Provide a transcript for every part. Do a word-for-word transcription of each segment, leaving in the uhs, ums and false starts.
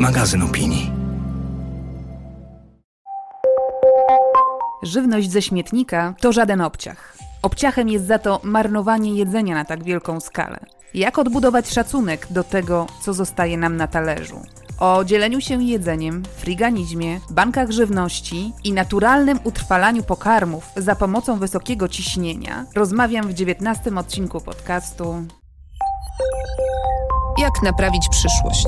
magazyn opinii. Żywność ze śmietnika to żaden obciach. Obciachem jest za to marnowanie jedzenia na tak wielką skalę. Jak odbudować szacunek do tego, co zostaje nam na talerzu? O dzieleniu się jedzeniem, friganizmie, bankach żywności i naturalnym utrwalaniu pokarmów za pomocą wysokiego ciśnienia rozmawiam w dziewiętnastym odcinku podcastu Jak naprawić przyszłość.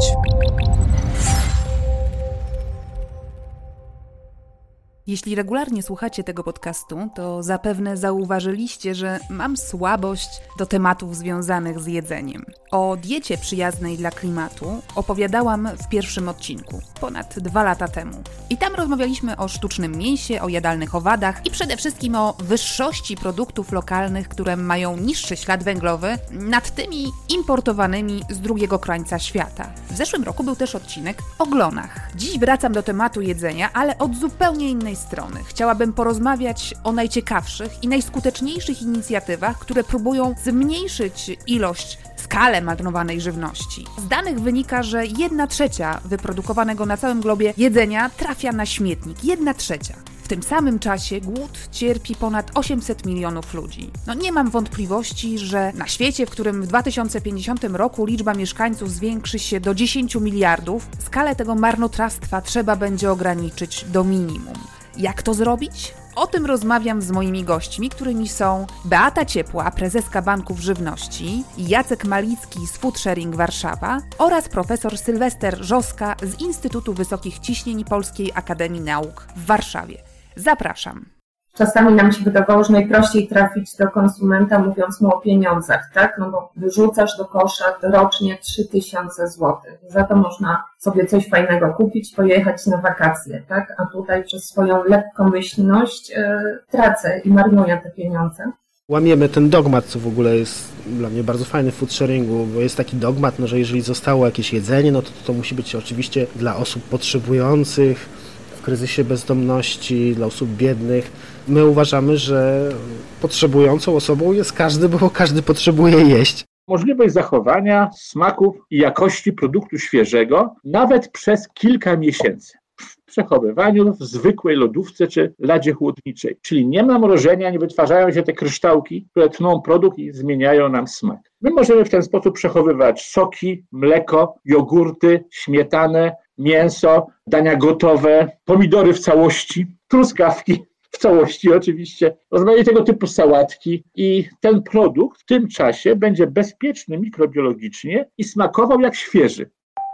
Jeśli regularnie słuchacie tego podcastu, to zapewne zauważyliście, że mam słabość do tematów związanych z jedzeniem. O diecie przyjaznej dla klimatu opowiadałam w pierwszym odcinku, ponad dwa lata temu. I tam rozmawialiśmy o sztucznym mięsie, o jadalnych owadach i przede wszystkim o wyższości produktów lokalnych, które mają niższy ślad węglowy nad tymi importowanymi z drugiego krańca świata. W zeszłym roku był też odcinek o glonach. Dziś wracam do tematu jedzenia, ale od zupełnie innej strony. Chciałabym porozmawiać o najciekawszych i najskuteczniejszych inicjatywach, które próbują zmniejszyć ilość, skalę marnowanej żywności. Z danych wynika, że jedna trzecia wyprodukowanego na całym globie jedzenia trafia na śmietnik. Jedna trzecia. W tym samym czasie głód cierpi ponad osiemset milionów ludzi. No nie mam wątpliwości, że na świecie, w którym w dwa tysiące pięćdziesiątym roku liczba mieszkańców zwiększy się do dziesięć miliardów, skalę tego marnotrawstwa trzeba będzie ograniczyć do minimum. Jak to zrobić? O tym rozmawiam z moimi gośćmi, którymi są Beata Ciepła, prezeska Banków Żywności, Jacek Malicki z Food Sharing Warszawa oraz profesor Sylwester Żoska z Instytutu Wysokich Ciśnień Polskiej Akademii Nauk w Warszawie. Zapraszam. Czasami nam się wydawało, że najprościej trafić do konsumenta, mówiąc mu o pieniądzach, tak? No bo wyrzucasz do kosza rocznie trzy tysiące złotych. Za to można sobie coś fajnego kupić, pojechać na wakacje, tak? A tutaj przez swoją lekkomyślność yy, tracę i marnuję te pieniądze. Łamiemy ten dogmat, co w ogóle jest dla mnie bardzo fajny w food sharingu, bo jest taki dogmat, no, że jeżeli zostało jakieś jedzenie, no to to musi być oczywiście dla osób potrzebujących, w kryzysie bezdomności, dla osób biednych. My uważamy, że potrzebującą osobą jest każdy, bo każdy potrzebuje jeść. Możliwość zachowania smaków i jakości produktu świeżego nawet przez kilka miesięcy w przechowywaniu w zwykłej lodówce czy ladzie chłodniczej. Czyli nie ma mrożenia, nie wytwarzają się te kryształki, które tną produkt i zmieniają nam smak. My możemy w ten sposób przechowywać soki, mleko, jogurty, śmietanę, mięso, dania gotowe, pomidory w całości, truskawki w całości oczywiście, rozmaitego typu sałatki i ten produkt w tym czasie będzie bezpieczny mikrobiologicznie i smakował jak świeży.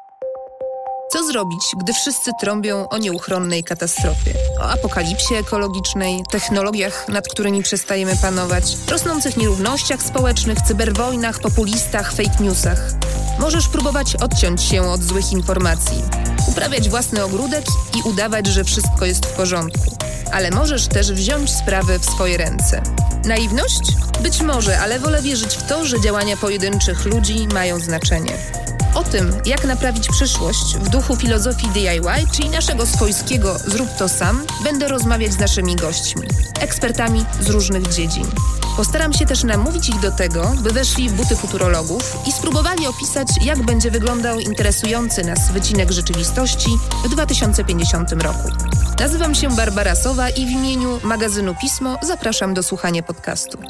Co zrobić, gdy wszyscy trąbią o nieuchronnej katastrofie? O apokalipsie ekologicznej, technologiach, nad którymi przestajemy panować, rosnących nierównościach społecznych, cyberwojnach, populistach, fake newsach. Możesz próbować odciąć się od złych informacji, uprawiać własny ogródek i udawać, że wszystko jest w porządku. Ale możesz też wziąć sprawy w swoje ręce. Naiwność? Być może, ale wolę wierzyć w to, że działania pojedynczych ludzi mają znaczenie. O tym, jak naprawić przyszłość w duchu filozofii D I Y, czyli naszego swojskiego zrób to sam, będę rozmawiać z naszymi gośćmi, ekspertami z różnych dziedzin. Postaram się też namówić ich do tego, by weszli w buty futurologów i spróbowali opisać, jak będzie wyglądał interesujący nas wycinek rzeczywistości w dwa tysiące pięćdziesiątym roku. Nazywam się Barbara Sowa i w imieniu magazynu Pismo zapraszam do słuchania podcastu.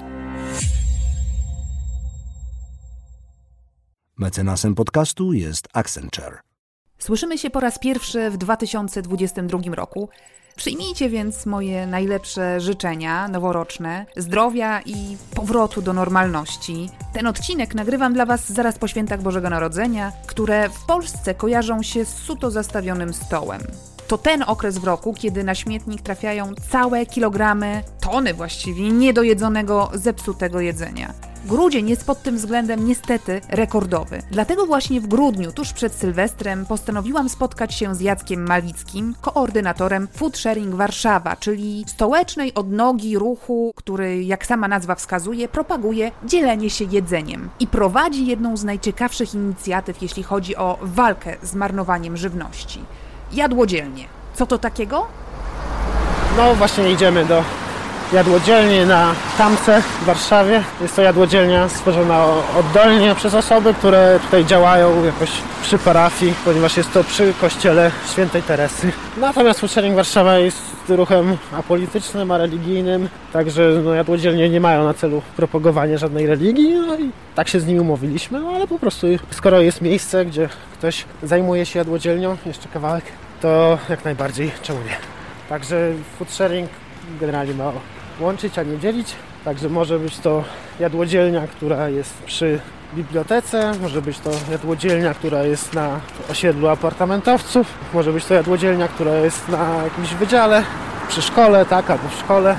Mecenasem podcastu jest Accenture. Słyszymy się po raz pierwszy w dwa tysiące dwudziestym drugim roku. Przyjmijcie więc moje najlepsze życzenia noworoczne, zdrowia i powrotu do normalności. Ten odcinek nagrywam dla Was zaraz po świętach Bożego Narodzenia, które w Polsce kojarzą się z suto zastawionym stołem. To ten okres w roku, kiedy na śmietnik trafiają całe kilogramy, tony właściwie, niedojedzonego, zepsutego jedzenia. Grudzień jest pod tym względem niestety rekordowy. Dlatego właśnie w grudniu, tuż przed Sylwestrem, postanowiłam spotkać się z Jackiem Malickim, koordynatorem Food Sharing Warszawa, czyli stołecznej odnogi ruchu, który, jak sama nazwa wskazuje, propaguje dzielenie się jedzeniem i prowadzi jedną z najciekawszych inicjatyw, jeśli chodzi o walkę z marnowaniem żywności. Jadłodzielnie. Co to takiego? No właśnie idziemy do jadłodzielnię na Tamce w Warszawie. Jest to jadłodzielnia stworzona oddolnie przez osoby, które tutaj działają jakoś przy parafii, ponieważ jest to przy kościele Świętej Teresy. Natomiast Food Sharing Warszawa jest ruchem apolitycznym, a religijnym, także no, jadłodzielnie nie mają na celu propagowania żadnej religii, no i tak się z nimi umówiliśmy, no ale po prostu skoro jest miejsce, gdzie ktoś zajmuje się jadłodzielnią, jeszcze kawałek, to jak najbardziej, czemu nie. Także food sharing generalnie ma łączyć, a nie dzielić, także może być to jadłodzielnia, która jest przy bibliotece, może być to jadłodzielnia, która jest na osiedlu apartamentowców, może być to jadłodzielnia, która jest na jakimś wydziale, przy szkole, tak, albo w szkole.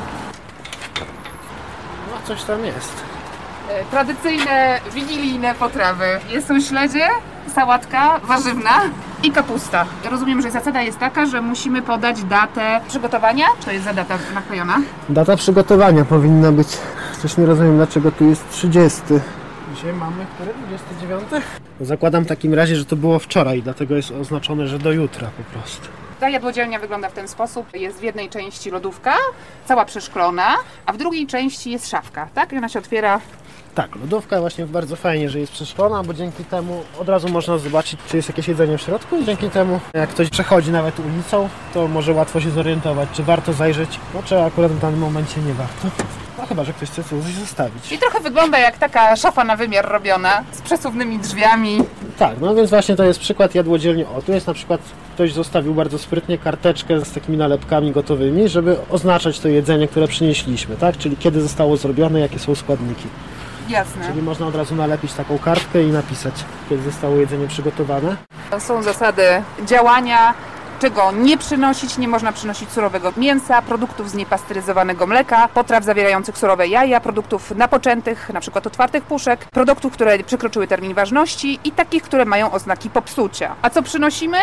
No coś tam jest. Tradycyjne, wigilijne potrawy. Jest są śledzie, sałatka warzywna i kapusta. Rozumiem, że zasada jest taka, że musimy podać datę przygotowania. Co jest za data naklejona? Data przygotowania powinna być. Przecież nie rozumiem, dlaczego tu jest trzydziesty. Dzisiaj mamy który? dwudziesty dziewiąty? Zakładam w takim razie, że to było wczoraj, dlatego jest oznaczone, że do jutra po prostu. Ta jadłodzielnia wygląda w ten sposób. Jest w jednej części lodówka, cała przeszklona, a w drugiej części jest szafka, tak? I ona się otwiera. Tak, lodówka właśnie bardzo fajnie, że jest przeszklona, bo dzięki temu od razu można zobaczyć, czy jest jakieś jedzenie w środku. I dzięki temu, jak ktoś przechodzi nawet ulicą, to może łatwo się zorientować, czy warto zajrzeć, no czy akurat w danym momencie nie warto. No chyba, że ktoś chce coś zostawić. I trochę wygląda jak taka szafa na wymiar robiona, z przesuwnymi drzwiami. Tak, no więc właśnie to jest przykład jadłodzielni. O, tu jest na przykład, ktoś zostawił bardzo sprytnie karteczkę z takimi nalepkami gotowymi, żeby oznaczać to jedzenie, które przynieśliśmy, tak? Czyli kiedy zostało zrobione, jakie są składniki. Jasne. Czyli można od razu nalepić taką kartkę i napisać, kiedy zostało jedzenie przygotowane. Są zasady działania, czego nie przynosić. Nie można przynosić surowego mięsa, produktów z niepasteryzowanego mleka, potraw zawierających surowe jaja, produktów napoczętych, na przykład otwartych puszek, produktów, które przekroczyły termin ważności i takich, które mają oznaki popsucia. A co przynosimy?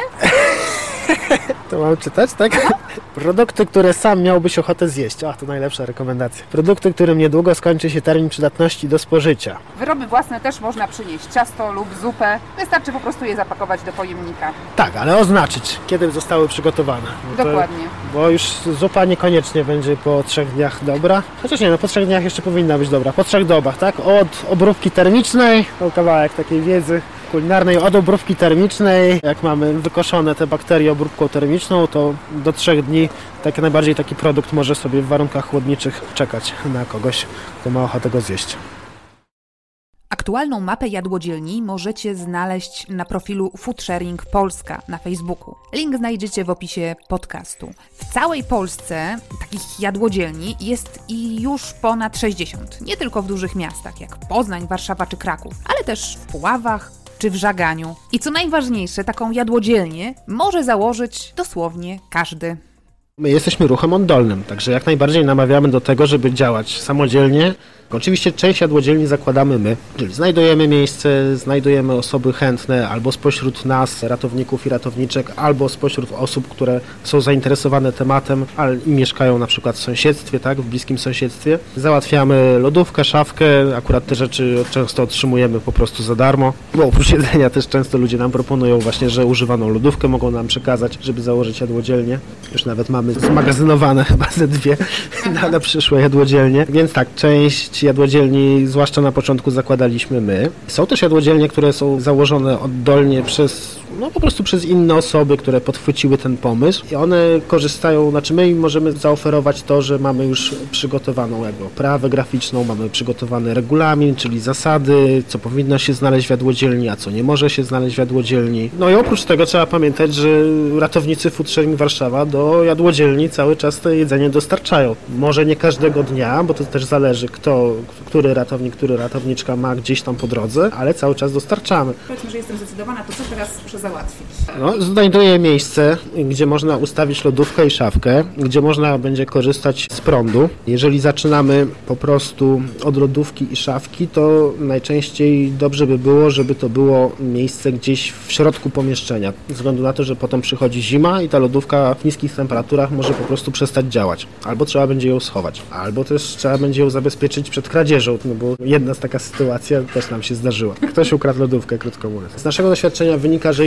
To mam czytać, tak? Aha. Produkty, które sam miałbyś ochotę zjeść. O, to najlepsza rekomendacja. Produkty, którym niedługo skończy się termin przydatności do spożycia. Wyroby własne też można przynieść. Ciasto lub zupę. Wystarczy po prostu je zapakować do pojemnika. Tak, ale oznaczyć, kiedy zostały przygotowane. No Dokładnie. To, bo już zupa niekoniecznie będzie po trzech dniach dobra. Chociaż nie, no po trzech dniach jeszcze powinna być dobra. Po trzech dobach, tak? Od obróbki termicznej, to kawałek takiej wiedzy kulinarnej, od obróbki termicznej. Jak mamy wykoszone te bakterie obróbką termiczną, to do trzech dni tak najbardziej taki produkt może sobie w warunkach chłodniczych czekać na kogoś, kto ma ochotę go zjeść. Aktualną mapę jadłodzielni możecie znaleźć na profilu Food Sharing Polska na Facebooku. Link znajdziecie w opisie podcastu. W całej Polsce takich jadłodzielni jest i już ponad sześćdziesiąt. Nie tylko w dużych miastach jak Poznań, Warszawa czy Kraków, ale też w Puławach czy w Żaganiu. I co najważniejsze, taką jadłodzielnię może założyć dosłownie każdy. My jesteśmy ruchem oddolnym, także jak najbardziej namawiamy do tego, żeby działać samodzielnie. Oczywiście część jadłodzielni zakładamy my, czyli znajdujemy miejsce, znajdujemy osoby chętne albo spośród nas, ratowników i ratowniczek, albo spośród osób, które są zainteresowane tematem, ale i mieszkają na przykład w sąsiedztwie, tak, w bliskim sąsiedztwie. Załatwiamy lodówkę, szafkę, akurat te rzeczy często otrzymujemy po prostu za darmo, bo oprócz jedzenia też często ludzie nam proponują właśnie, że używaną lodówkę mogą nam przekazać, żeby założyć jadłodzielnię. Już nawet mamy zmagazynowane chyba ze dwie na, na przyszłe jadłodzielnie, więc tak, część jadłodzielni, zwłaszcza na początku, zakładaliśmy my. Są też jadłodzielnie, które są założone oddolnie przez, no po prostu przez inne osoby, które podchwyciły ten pomysł i one korzystają, znaczy my im możemy zaoferować to, że mamy już przygotowaną jakby oprawę graficzną, mamy przygotowany regulamin, czyli zasady, co powinno się znaleźć w jadłodzielni, a co nie może się znaleźć w jadłodzielni. No i oprócz tego trzeba pamiętać, że ratownicy Food Sharing Warszawa do jadłodzielni cały czas to jedzenie dostarczają. Może nie każdego dnia, bo to też zależy kto, który ratownik, który ratowniczka ma gdzieś tam po drodze, ale cały czas dostarczamy. Powiedzmy, że jestem zdecydowana, to co teraz muszę załatwić? No, znajduję miejsce, gdzie można ustawić lodówkę i szafkę, gdzie można będzie korzystać z prądu. Jeżeli zaczynamy po prostu od lodówki i szafki, to najczęściej dobrze by było, żeby to było miejsce gdzieś w środku pomieszczenia. Ze względu na to, że potem przychodzi zima i ta lodówka w niskich temperaturach może po prostu przestać działać. Albo trzeba będzie ją schować, albo też trzeba będzie ją zabezpieczyć przed kradzieżą, no bo jedna z taka sytuacja też nam się zdarzyła. Ktoś ukradł lodówkę, krótko mówiąc. Z naszego doświadczenia wynika, że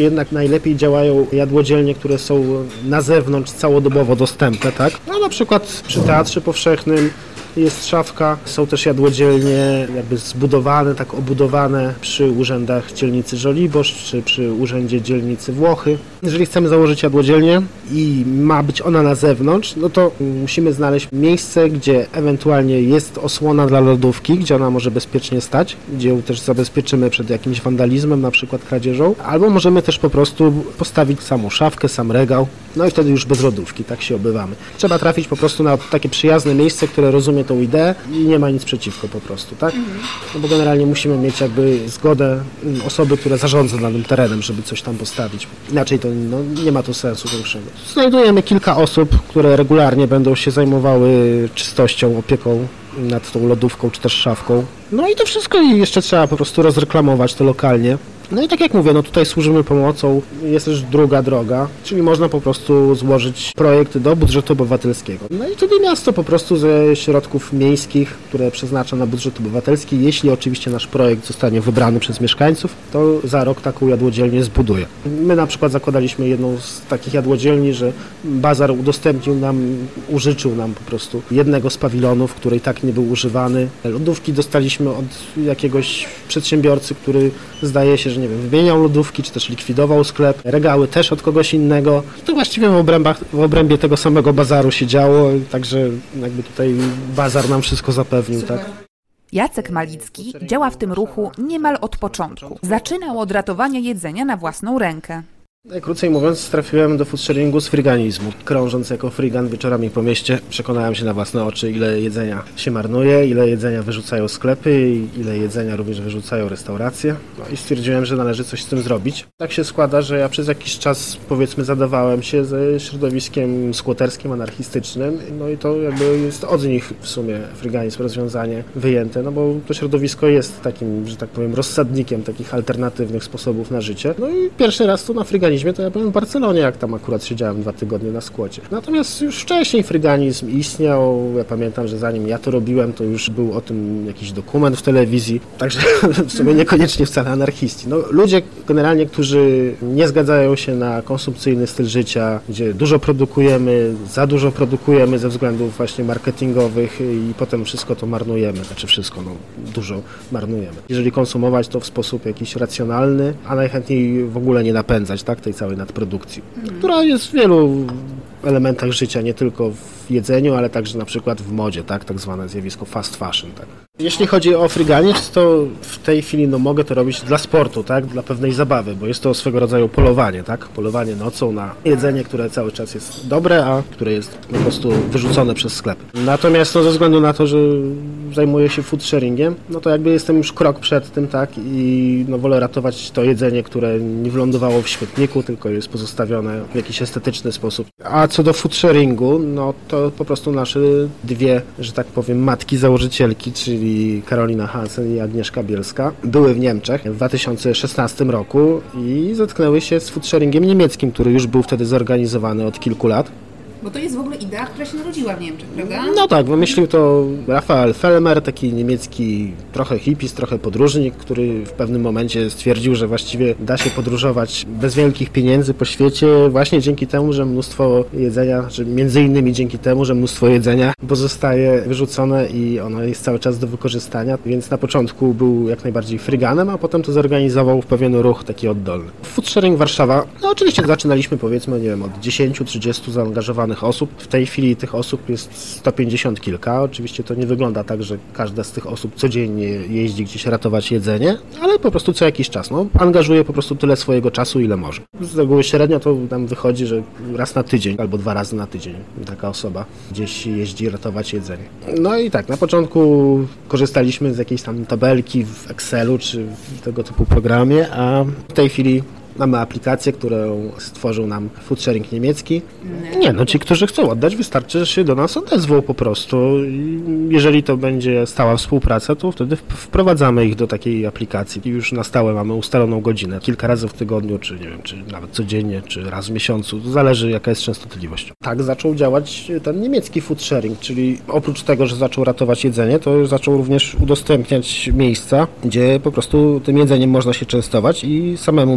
jednak najlepiej działają jadłodzielnie, które są na zewnątrz całodobowo dostępne, tak? No na przykład przy Teatrze Powszechnym jest szafka, są też jadłodzielnie jakby zbudowane, tak obudowane przy urzędach dzielnicy Żoliborz czy przy urzędzie dzielnicy Włochy. Jeżeli chcemy założyć jadłodzielnię i ma być ona na zewnątrz, no to musimy znaleźć miejsce, gdzie ewentualnie jest osłona dla lodówki, gdzie ona może bezpiecznie stać, gdzie ją też zabezpieczymy przed jakimś wandalizmem, na przykład kradzieżą, albo możemy też po prostu postawić samą szafkę, sam regał, no i wtedy już bez lodówki, tak się obywamy. Trzeba trafić po prostu na takie przyjazne miejsce, które rozumie tą ideę i nie ma nic przeciwko po prostu, tak? No bo generalnie musimy mieć jakby zgodę osoby, która zarządza danym terenem, żeby coś tam postawić. Inaczej to no, nie ma to sensu większego. Znajdujemy kilka osób, które regularnie będą się zajmowały czystością, opieką nad tą lodówką czy też szafką. No i to wszystko i jeszcze trzeba po prostu rozreklamować to lokalnie. No i tak jak mówię, no tutaj służymy pomocą, jest też druga droga, czyli można po prostu złożyć projekt do budżetu obywatelskiego. No i wtedy miasto po prostu ze środków miejskich, które przeznacza na budżet obywatelski, jeśli oczywiście nasz projekt zostanie wybrany przez mieszkańców, to za rok taką jadłodzielnię zbuduje. My na przykład zakładaliśmy jedną z takich jadłodzielni, że bazar udostępnił nam, użyczył nam po prostu jednego z pawilonów, który i tak nie był używany. Lodówki dostaliśmy od jakiegoś przedsiębiorcy, który zdaje się, że nie wiem, wymieniał lodówki, czy też likwidował sklep, regały też od kogoś innego. To właściwie w, obrębach, w obrębie tego samego bazaru się działo, także jakby tutaj bazar nam wszystko zapewnił, tak? Jacek Malicki działa w tym ruchu niemal od początku. Zaczynał od ratowania jedzenia na własną rękę. Najkrócej mówiąc, trafiłem do foodsharingu z friganizmu. Krążąc jako frigan wieczorami po mieście, przekonałem się na własne oczy, ile jedzenia się marnuje, ile jedzenia wyrzucają sklepy i ile jedzenia również wyrzucają restauracje. No i stwierdziłem, że należy coś z tym zrobić. Tak się składa, że ja przez jakiś czas, powiedzmy, zadawałem się ze środowiskiem skłoterskim, anarchistycznym. No i to jakby jest od nich w sumie friganizm rozwiązanie wyjęte, no bo to środowisko jest takim, że tak powiem, rozsadnikiem takich alternatywnych sposobów na życie. No i pierwszy raz tu na friganizmie to ja byłem w Barcelonie, jak tam akurat siedziałem dwa tygodnie na skłocie. Natomiast już wcześniej friganizm istniał. Ja pamiętam, że zanim ja to robiłem, to już był o tym jakiś dokument w telewizji. Także w sumie niekoniecznie wcale anarchiści. No, ludzie generalnie, którzy nie zgadzają się na konsumpcyjny styl życia, gdzie dużo produkujemy, za dużo produkujemy ze względów właśnie marketingowych i potem wszystko to marnujemy. Znaczy wszystko, no dużo marnujemy. Jeżeli konsumować to w sposób jakiś racjonalny, a najchętniej w ogóle nie napędzać, tak? Tej całej nadprodukcji, mm. która jest w wielu elementach życia, nie tylko w jedzeniu, ale także na przykład w modzie, tak? Tak zwane zjawisko fast fashion, tak? Jeśli chodzi o friganizm, to w tej chwili no, mogę to robić dla sportu, tak? Dla pewnej zabawy, bo jest to swego rodzaju polowanie, tak? Polowanie nocą na jedzenie, które cały czas jest dobre, a które jest po prostu wyrzucone przez sklepy. Natomiast no, ze względu na to, że zajmuję się food sharingiem, no to jakby jestem już krok przed tym, tak? I no, wolę ratować to jedzenie, które nie wylądowało w śmietniku, tylko jest pozostawione w jakiś estetyczny sposób. A co do food sharingu, no to po prostu nasze dwie, że tak powiem, matki założycielki, czyli Karolina Hansen i Agnieszka Bielska, były w Niemczech w dwa tysiące szesnastym roku i zetknęły się z food sharingiem niemieckim, który już był wtedy zorganizowany od kilku lat. Bo to jest w ogóle idea, która się narodziła w Niemczech, prawda? No tak, wymyślił to Raphael Fellmer, taki niemiecki trochę hipis, trochę podróżnik, który w pewnym momencie stwierdził, że właściwie da się podróżować bez wielkich pieniędzy po świecie właśnie dzięki temu, że mnóstwo jedzenia, że między innymi dzięki temu, że mnóstwo jedzenia pozostaje wyrzucone i ono jest cały czas do wykorzystania, więc na początku był jak najbardziej fryganem, a potem to zorganizował w pewien ruch taki oddolny. Food Sharing Warszawa, no oczywiście zaczynaliśmy powiedzmy, nie wiem, od dziesięciu trzydziestu zaangażowanych osób. W tej chwili tych osób jest sto pięćdziesiąt kilka. Oczywiście to nie wygląda tak, że każda z tych osób codziennie jeździ gdzieś ratować jedzenie, ale po prostu co jakiś czas. No, angażuje po prostu tyle swojego czasu, ile może. Z reguły średnio to tam wychodzi, że raz na tydzień albo dwa razy na tydzień taka osoba gdzieś jeździ ratować jedzenie. No i tak, na początku korzystaliśmy z jakiejś tam tabelki w Excelu czy w tego typu programie, a w tej chwili mamy aplikację, którą stworzył nam Food Sharing niemiecki. Nie, no ci, którzy chcą oddać, wystarczy, że się do nas odezwą po prostu. I jeżeli to będzie stała współpraca, to wtedy wprowadzamy ich do takiej aplikacji. I już na stałe mamy ustaloną godzinę. Kilka razy w tygodniu, czy nie wiem, czy nawet codziennie, czy raz w miesiącu. To zależy, jaka jest częstotliwość. Tak zaczął działać ten niemiecki Food Sharing, czyli oprócz tego, że zaczął ratować jedzenie, to zaczął również udostępniać miejsca, gdzie po prostu tym jedzeniem można się częstować i samemu można zostać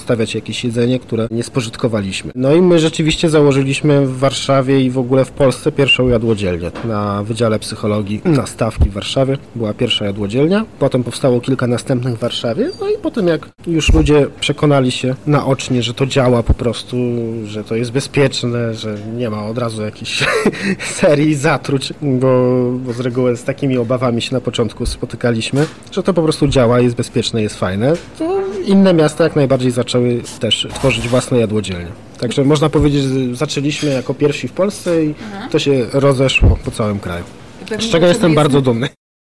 zostawiać jakieś jedzenie, które nie spożytkowaliśmy. No i my rzeczywiście założyliśmy w Warszawie i w ogóle w Polsce pierwszą jadłodzielnię. Na Wydziale Psychologii na Stawki w Warszawie była pierwsza jadłodzielnia. Potem powstało kilka następnych w Warszawie. No i potem jak już ludzie przekonali się naocznie, że to działa po prostu, że to jest bezpieczne, że nie ma od razu jakichś serii zatruć, bo, bo z reguły z takimi obawami się na początku spotykaliśmy, że to po prostu działa, jest bezpieczne, jest fajne, to inne miasta jak najbardziej zaczęły też tworzyć własne jadłodzielnie. Także można powiedzieć, że zaczęliśmy jako pierwsi w Polsce i mhm. to się rozeszło po całym kraju. Z czego jestem jest... bardzo dumny.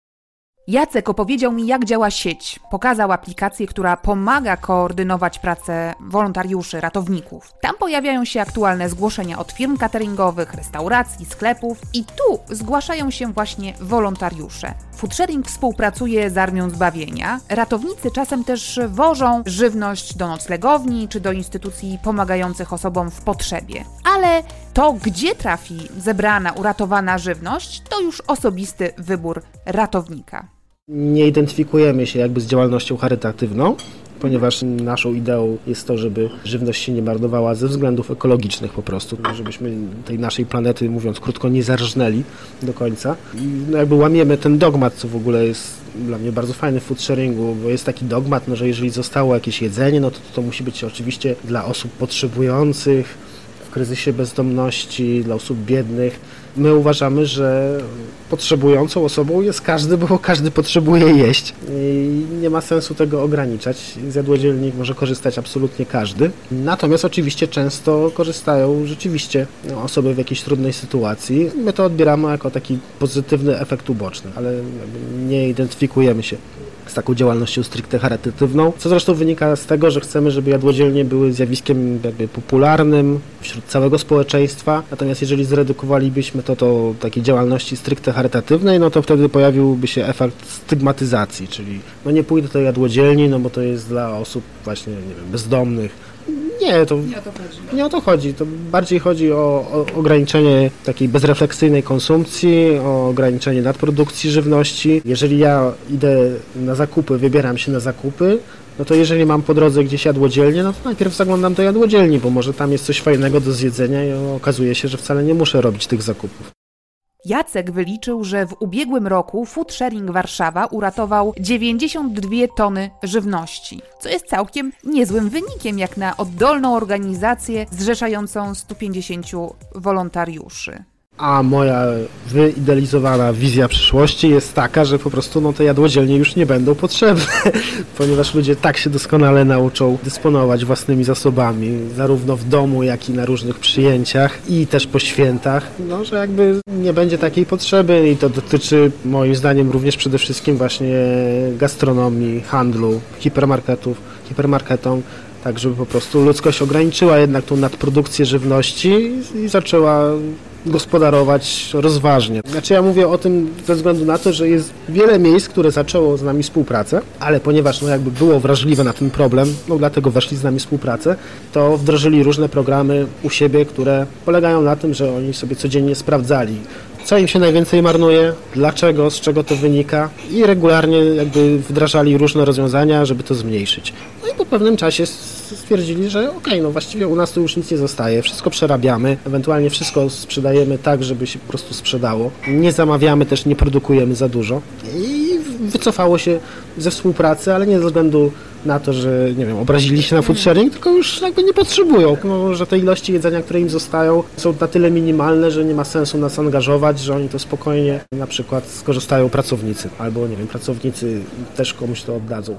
Jacek opowiedział mi, jak działa sieć. Pokazał aplikację, która pomaga koordynować pracę wolontariuszy, ratowników. Tam pojawiają się aktualne zgłoszenia od firm cateringowych, restauracji, sklepów i tu zgłaszają się właśnie wolontariusze. Foodsharing współpracuje z Armią Zbawienia. Ratownicy czasem też wożą żywność do noclegowni czy do instytucji pomagających osobom w potrzebie. Ale to, gdzie trafi zebrana, uratowana żywność, to już osobisty wybór ratownika. Nie identyfikujemy się jakby z działalnością charytatywną, ponieważ naszą ideą jest to, żeby żywność się nie marnowała ze względów ekologicznych po prostu, żebyśmy tej naszej planety, mówiąc krótko, nie zarżnęli do końca. I no jakby łamiemy ten dogmat, co w ogóle jest dla mnie bardzo fajny w foodsharingu, bo jest taki dogmat, no, że jeżeli zostało jakieś jedzenie, no to to musi być oczywiście dla osób potrzebujących, w kryzysie bezdomności, dla osób biednych. My uważamy, że potrzebującą osobą jest każdy, bo każdy potrzebuje jeść i nie ma sensu tego ograniczać. Z jadłodzielni może korzystać absolutnie każdy. Natomiast oczywiście często korzystają rzeczywiście osoby w jakiejś trudnej sytuacji. My to odbieramy jako taki pozytywny efekt uboczny, ale nie identyfikujemy się z taką działalnością stricte charytatywną, co zresztą wynika z tego, że chcemy, żeby jadłodzielnie były zjawiskiem jakby popularnym wśród całego społeczeństwa, natomiast jeżeli zredukowalibyśmy to do takiej działalności stricte charytatywnej, no to wtedy pojawiłby się efekt stygmatyzacji, czyli no nie pójdę do jadłodzielni, no bo to jest dla osób właśnie, nie wiem, bezdomnych. Nie, to nie o to chodzi. Nie o to chodzi. To bardziej chodzi o, o ograniczenie takiej bezrefleksyjnej konsumpcji, o ograniczenie nadprodukcji żywności. Jeżeli ja idę na zakupy, wybieram się na zakupy, no to jeżeli mam po drodze gdzieś jadłodzielnię, no to najpierw zaglądam do jadłodzielni, bo może tam jest coś fajnego do zjedzenia i okazuje się, że wcale nie muszę robić tych zakupów. Jacek wyliczył, że w ubiegłym roku Foodsharing Warszawa uratował dziewięćdziesiąt dwie tony żywności, co jest całkiem niezłym wynikiem jak na oddolną organizację zrzeszającą stu pięćdziesięciu wolontariuszy. A moja wyidealizowana wizja przyszłości jest taka, że po prostu no, te jadłodzielnie już nie będą potrzebne, ponieważ ludzie tak się doskonale nauczą dysponować własnymi zasobami, zarówno w domu, jak i na różnych przyjęciach i też po świętach, no, że jakby nie będzie takiej potrzeby i to dotyczy moim zdaniem również przede wszystkim właśnie gastronomii, handlu, hipermarketów, hipermarketom, tak żeby po prostu ludzkość ograniczyła jednak tą nadprodukcję żywności i zaczęła gospodarować rozważnie. Znaczy ja mówię o tym ze względu na to, że jest wiele miejsc, które zaczęło z nami współpracę, ale ponieważ no jakby było wrażliwe na ten problem, no dlatego weszli z nami współpracę, to wdrożyli różne programy u siebie, które polegają na tym, że oni sobie codziennie sprawdzali, co im się najwięcej marnuje, dlaczego, z czego to wynika i regularnie jakby wdrażali różne rozwiązania, żeby to zmniejszyć. No i po pewnym czasie stwierdzili, że okej, okay, no właściwie u nas to już nic nie zostaje, wszystko przerabiamy, ewentualnie wszystko sprzedajemy tak, żeby się po prostu sprzedało. Nie zamawiamy też, nie produkujemy za dużo i wycofało się ze współpracy, ale nie ze względu na to, że nie wiem, obrazili się na foodsharing, tylko już jakby nie potrzebują, no, że te ilości jedzenia, które im zostają, są na tyle minimalne, że nie ma sensu nas angażować, że oni to spokojnie na przykład skorzystają pracownicy, albo nie wiem, pracownicy też komuś to oddadzą.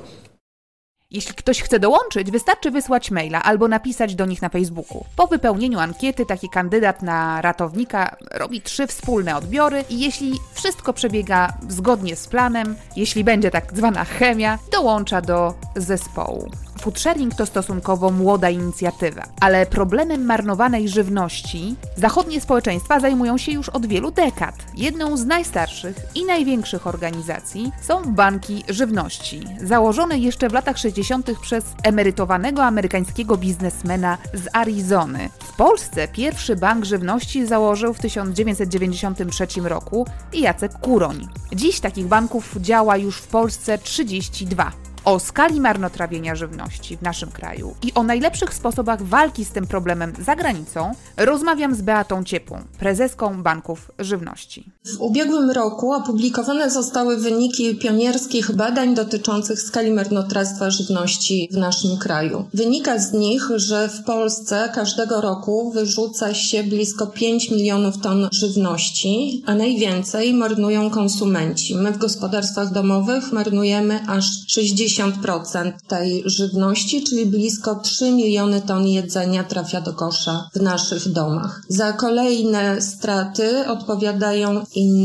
Jeśli ktoś chce dołączyć, wystarczy wysłać maila albo napisać do nich na Facebooku. Po wypełnieniu ankiety taki kandydat na ratownika robi trzy wspólne odbiory i jeśli wszystko przebiega zgodnie z planem, jeśli będzie tak zwana chemia, dołącza do zespołu. Foodsharing to stosunkowo młoda inicjatywa, ale problemem marnowanej żywności zachodnie społeczeństwa zajmują się już od wielu dekad. Jedną z najstarszych i największych organizacji są banki żywności, założone jeszcze w latach sześćdziesiątych przez emerytowanego amerykańskiego biznesmena z Arizony. W Polsce pierwszy bank żywności założył w tysiąc dziewięćset dziewięćdziesiątym trzecim roku Jacek Kuroń. Dziś takich banków działa już w Polsce trzydzieści dwa. O skali marnotrawienia żywności w naszym kraju i o najlepszych sposobach walki z tym problemem za granicą rozmawiam z Beatą Ciepłą, prezeską Banków Żywności. W ubiegłym roku opublikowane zostały wyniki pionierskich badań dotyczących skali marnotrawstwa żywności w naszym kraju. Wynika z nich, że w Polsce każdego roku wyrzuca się blisko pięć milionów ton żywności, a najwięcej marnują konsumenci. My w gospodarstwach domowych marnujemy aż sześćdziesiąt procent tej żywności, czyli blisko trzy miliony ton jedzenia trafia do kosza w naszych domach. Za kolejne straty odpowiadają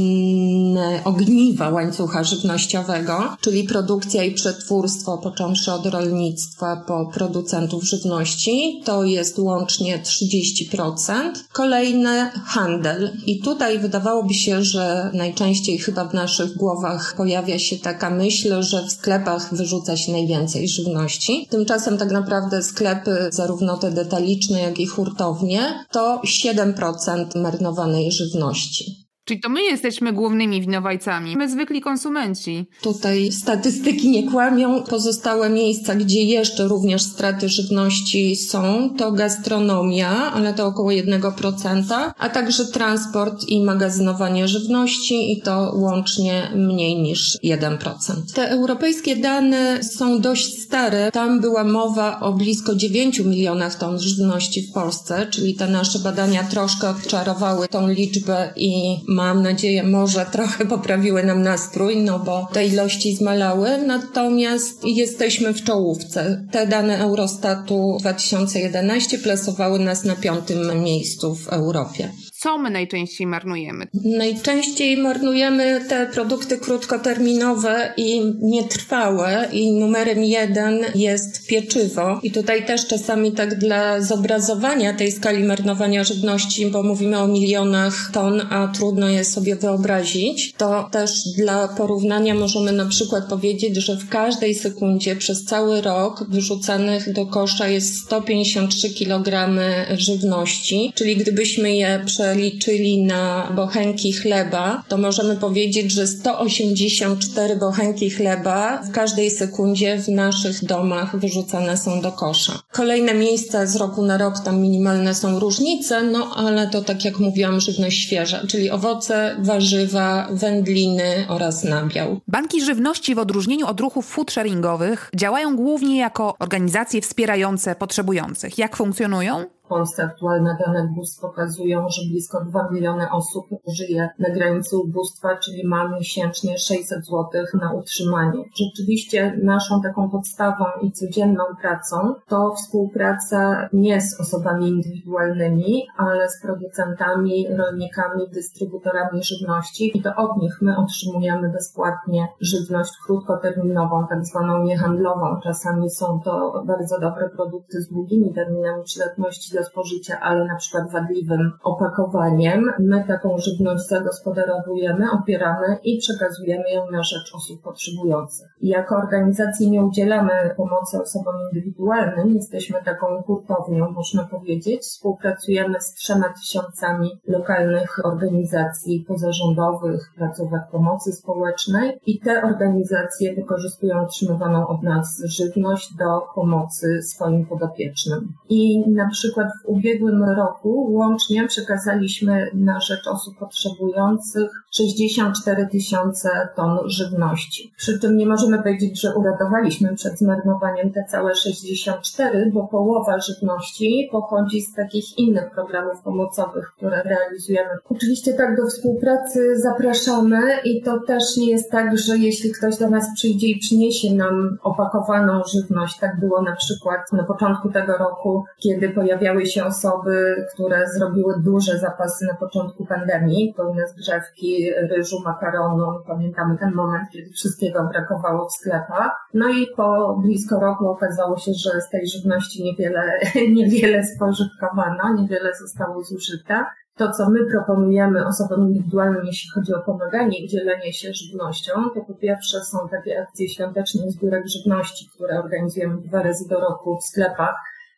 inne ogniwa łańcucha żywnościowego, czyli produkcja i przetwórstwo, począwszy od rolnictwa po producentów żywności, to jest łącznie trzydzieści procent. Kolejne handel. I tutaj wydawałoby się, że najczęściej chyba w naszych głowach pojawia się taka myśl, że w sklepach wyrzuca się najwięcej żywności. Tymczasem tak naprawdę sklepy, zarówno te detaliczne, jak i hurtownie, to siedem procent marnowanej żywności. Czyli to my jesteśmy głównymi winowajcami, my zwykli konsumenci. Tutaj statystyki nie kłamią. Pozostałe miejsca, gdzie jeszcze również straty żywności są, to gastronomia, ale to około jeden procent, a także transport i magazynowanie żywności i to łącznie mniej niż jeden procent. Te europejskie dane są dość stare. Tam była mowa o blisko dziewięciu milionach ton żywności w Polsce, czyli te nasze badania troszkę odczarowały tą liczbę i mam nadzieję, może trochę poprawiły nam nastrój, no bo te ilości zmalały, natomiast jesteśmy w czołówce. Te dane Eurostatu dwa tysiące jedenaście plasowały nas na piątym miejscu w Europie. Co my najczęściej marnujemy? Najczęściej marnujemy te produkty krótkoterminowe i nietrwałe i numerem jeden jest pieczywo. I tutaj też czasami tak dla zobrazowania tej skali marnowania żywności, bo mówimy o milionach ton, a trudno je sobie wyobrazić, to też dla porównania możemy na przykład powiedzieć, że w każdej sekundzie przez cały rok wyrzucanych do kosza jest sto pięćdziesiąt trzy kilogramy żywności, czyli gdybyśmy je prze liczyli na bochenki chleba, to możemy powiedzieć, że sto osiemdziesiąt cztery bochenki chleba w każdej sekundzie w naszych domach wyrzucane są do kosza. Kolejne miejsca z roku na rok, tam minimalne są różnice, no ale to tak jak mówiłam, żywność świeża, czyli owoce, warzywa, wędliny oraz nabiał. Banki żywności w odróżnieniu od ruchów food sharingowych działają głównie jako organizacje wspierające potrzebujących. Jak funkcjonują? W Polsce aktualne dane G U S pokazują, że blisko dwa miliony osób żyje na granicy ubóstwa, czyli ma miesięcznie sześćset złotych na utrzymanie. Rzeczywiście naszą taką podstawą i codzienną pracą to współpraca nie z osobami indywidualnymi, ale z producentami, rolnikami, dystrybutorami żywności i to od nich my otrzymujemy bezpłatnie żywność krótkoterminową, tak zwaną niehandlową. Czasami są to bardzo dobre produkty z długimi terminami przydatności do spożycia, ale na przykład wadliwym opakowaniem. My taką żywność zagospodarowujemy, opieramy i przekazujemy ją na rzecz osób potrzebujących. I jako organizacji nie udzielamy pomocy osobom indywidualnym, jesteśmy taką hurtownią, można powiedzieć. Współpracujemy z trzema tysiącami lokalnych organizacji pozarządowych, placówek pomocy społecznej i te organizacje wykorzystują otrzymywaną od nas żywność do pomocy swoim podopiecznym. I na przykład w ubiegłym roku łącznie przekazaliśmy na rzecz osób potrzebujących sześćdziesiąt cztery tysiące ton żywności. Przy czym nie możemy powiedzieć, że uratowaliśmy przed zmarnowaniem te całe sześćdziesiąt cztery, bo połowa żywności pochodzi z takich innych programów pomocowych, które realizujemy. Oczywiście tak do współpracy zapraszamy i to też nie jest tak, że jeśli ktoś do nas przyjdzie i przyniesie nam opakowaną żywność, tak było na przykład na początku tego roku, kiedy pojawiały się osoby, które zrobiły duże zapasy na początku pandemii, pełne zgrzewki, ryżu, makaronu. Pamiętamy ten moment, kiedy wszystkiego brakowało w sklepach. No i po blisko roku okazało się, że z tej żywności niewiele, niewiele spożytkowano, niewiele zostało zużyte. To, co my proponujemy osobom indywidualnym, jeśli chodzi o pomaganie i dzielenie się żywnością, to po pierwsze są takie akcje świątecznych zbiórek żywności, które organizujemy dwa razy do roku w sklepach.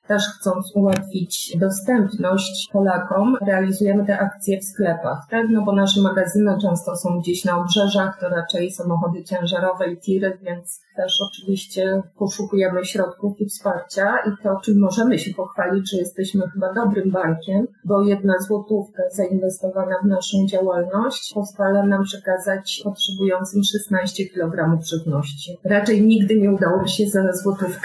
też chcąc ułatwić dostępność Polakom, realizujemy te akcje w sklepach, tak? No bo nasze magazyny często są gdzieś na obrzeżach, to raczej samochody ciężarowe i tiry, więc też oczywiście poszukujemy środków i wsparcia i to, czym możemy się pochwalić, że jesteśmy chyba dobrym bankiem, bo jedna złotówka zainwestowana w naszą działalność pozwala nam przekazać potrzebującym szesnaście kilogramów żywności. Raczej nigdy nie udało mi się za złotówkę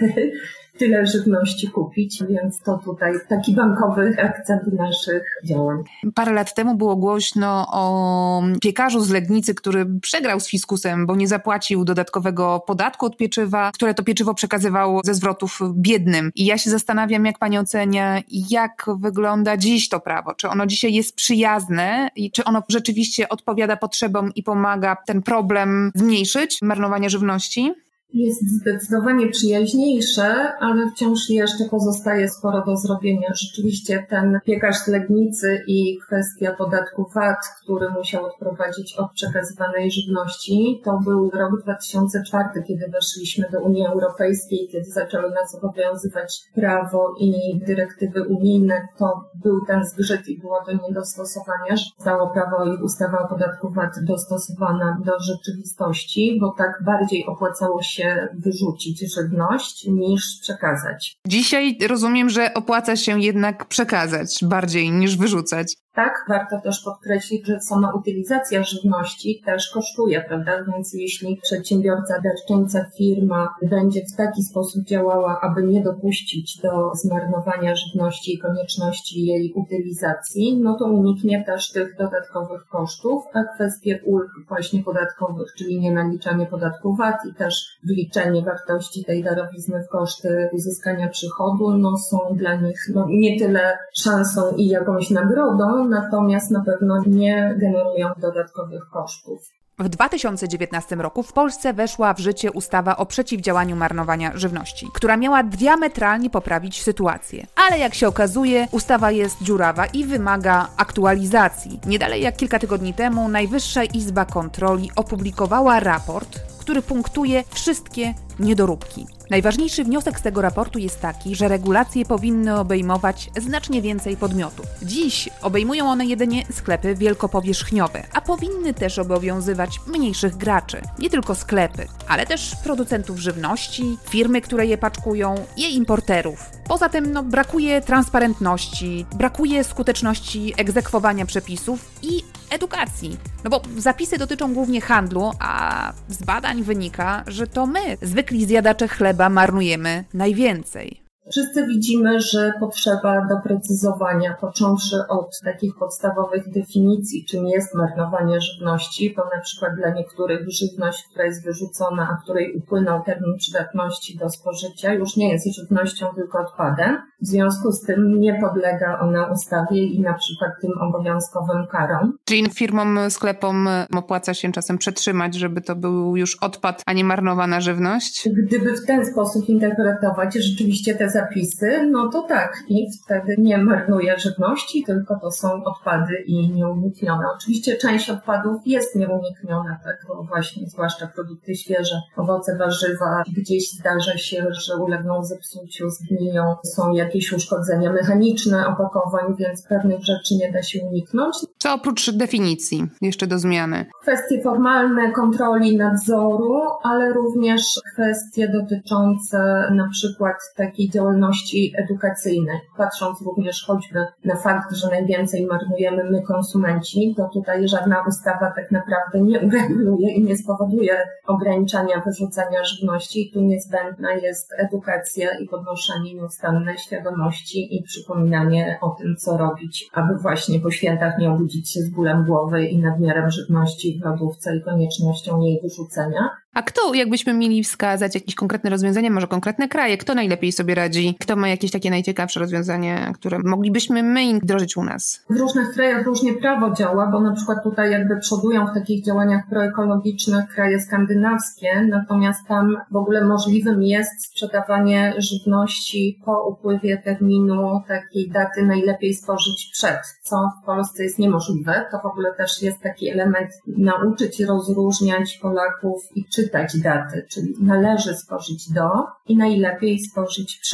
tyle żywności kupić, więc to tutaj taki bankowy akcent naszych działań. Parę lat temu było głośno o piekarzu z Legnicy, który przegrał z fiskusem, bo nie zapłacił dodatkowego podatku od pieczywa, które to pieczywo przekazywał ze zwrotów biednym. I ja się zastanawiam, jak pani ocenia, jak wygląda dziś to prawo? Czy ono dzisiaj jest przyjazne i czy ono rzeczywiście odpowiada potrzebom i pomaga ten problem zmniejszyć, marnowania żywności? Jest zdecydowanie przyjaźniejsze, ale wciąż jeszcze pozostaje sporo do zrobienia. Rzeczywiście ten piekarz z Legnicy i kwestia podatku V A T, który musiał odprowadzić od przekazywanej żywności, to był rok dwa tysiące czwarty, kiedy weszliśmy do Unii Europejskiej, kiedy zaczęły nas obowiązywać prawo i dyrektywy unijne. To był ten zgrzyt i było to niedostosowanie, że zostało prawo i ustawa o podatku V A T dostosowana do rzeczywistości, bo tak bardziej opłacało się wyrzucić żywność niż przekazać. Dzisiaj rozumiem, że opłaca się jednak przekazać bardziej niż wyrzucać. Tak, warto też podkreślić, że sama utylizacja żywności też kosztuje, prawda? Więc jeśli przedsiębiorca, darczyńca, firma będzie w taki sposób działała, aby nie dopuścić do zmarnowania żywności i konieczności jej utylizacji, no to uniknie też tych dodatkowych kosztów, a kwestie ulg właśnie podatkowych, czyli nienaliczanie podatku V A T i też wliczenie wartości tej darowizny w koszty uzyskania przychodu, no są dla nich no, nie tyle szansą i jakąś nagrodą, natomiast na pewno nie generują dodatkowych kosztów. W dwa tysiące dziewiętnastym roku w Polsce weszła w życie ustawa o przeciwdziałaniu marnowania żywności, która miała diametralnie poprawić sytuację. Ale jak się okazuje, ustawa jest dziurawa i wymaga aktualizacji. Nie dalej jak kilka tygodni temu Najwyższa Izba Kontroli opublikowała raport, który punktuje wszystkie niedoróbki. Najważniejszy wniosek z tego raportu jest taki, że regulacje powinny obejmować znacznie więcej podmiotów. Dziś obejmują one jedynie sklepy wielkopowierzchniowe, a powinny też obowiązywać mniejszych graczy. Nie tylko sklepy, ale też producentów żywności, firmy, które je paczkują i importerów. Poza tym no, brakuje transparentności, brakuje skuteczności egzekwowania przepisów i edukacji. No bo zapisy dotyczą głównie handlu, a z badań wynika, że to my, zwykli zjadacze chleba, marnujemy najwięcej. Wszyscy widzimy, że potrzeba doprecyzowania, począwszy od takich podstawowych definicji, czym jest marnowanie żywności, bo na przykład dla niektórych żywność, która jest wyrzucona, a której upłynął termin przydatności do spożycia, już nie jest żywnością, tylko odpadem. W związku z tym nie podlega ona ustawie i na przykład tym obowiązkowym karom. Czyli firmom, sklepom opłaca się czasem przetrzymać, żeby to był już odpad, a nie marnowana żywność? Gdyby w ten sposób interpretować rzeczywiście te zapisy, no to tak. I wtedy nie marnuje żywności, tylko to są odpady i nieuniknione. Oczywiście część odpadów jest nieunikniona, tak, bo właśnie zwłaszcza produkty świeże, owoce, warzywa, gdzieś zdarza się, że ulegną zepsuciu, zgniją, są jakieś uszkodzenia mechaniczne opakowań, więc pewnych rzeczy nie da się uniknąć. Co oprócz definicji jeszcze do zmiany? Kwestie formalne kontroli, nadzoru, ale również kwestie dotyczące na przykład takiej działalności edukacyjnej. Patrząc również choćby na fakt, że najwięcej marnujemy my konsumenci, to tutaj żadna ustawa tak naprawdę nie ureguluje i nie spowoduje ograniczania wyrzucania żywności. Tu niezbędna jest edukacja i podnoszenie nieustannej świadomości i przypominanie o tym, co robić, aby właśnie po świętach nie obudzić się z bólem głowy i nadmiarem żywności w lodówce i koniecznością jej wyrzucenia. A kto, jakbyśmy mieli wskazać jakieś konkretne rozwiązania, może konkretne kraje, kto najlepiej sobie radzi, kto ma jakieś takie najciekawsze rozwiązania, które moglibyśmy my wdrożyć u nas? W różnych krajach różnie prawo działa, bo na przykład tutaj jakby przodują w takich działaniach proekologicznych kraje skandynawskie, natomiast tam w ogóle możliwym jest sprzedawanie żywności po upływie terminu takiej daty najlepiej spożyć przed, co w Polsce jest niemożliwe. To w ogóle też jest taki element nauczyć rozróżniać Polaków i czytać daty, czyli należy spożyć do i najlepiej spożyć przed.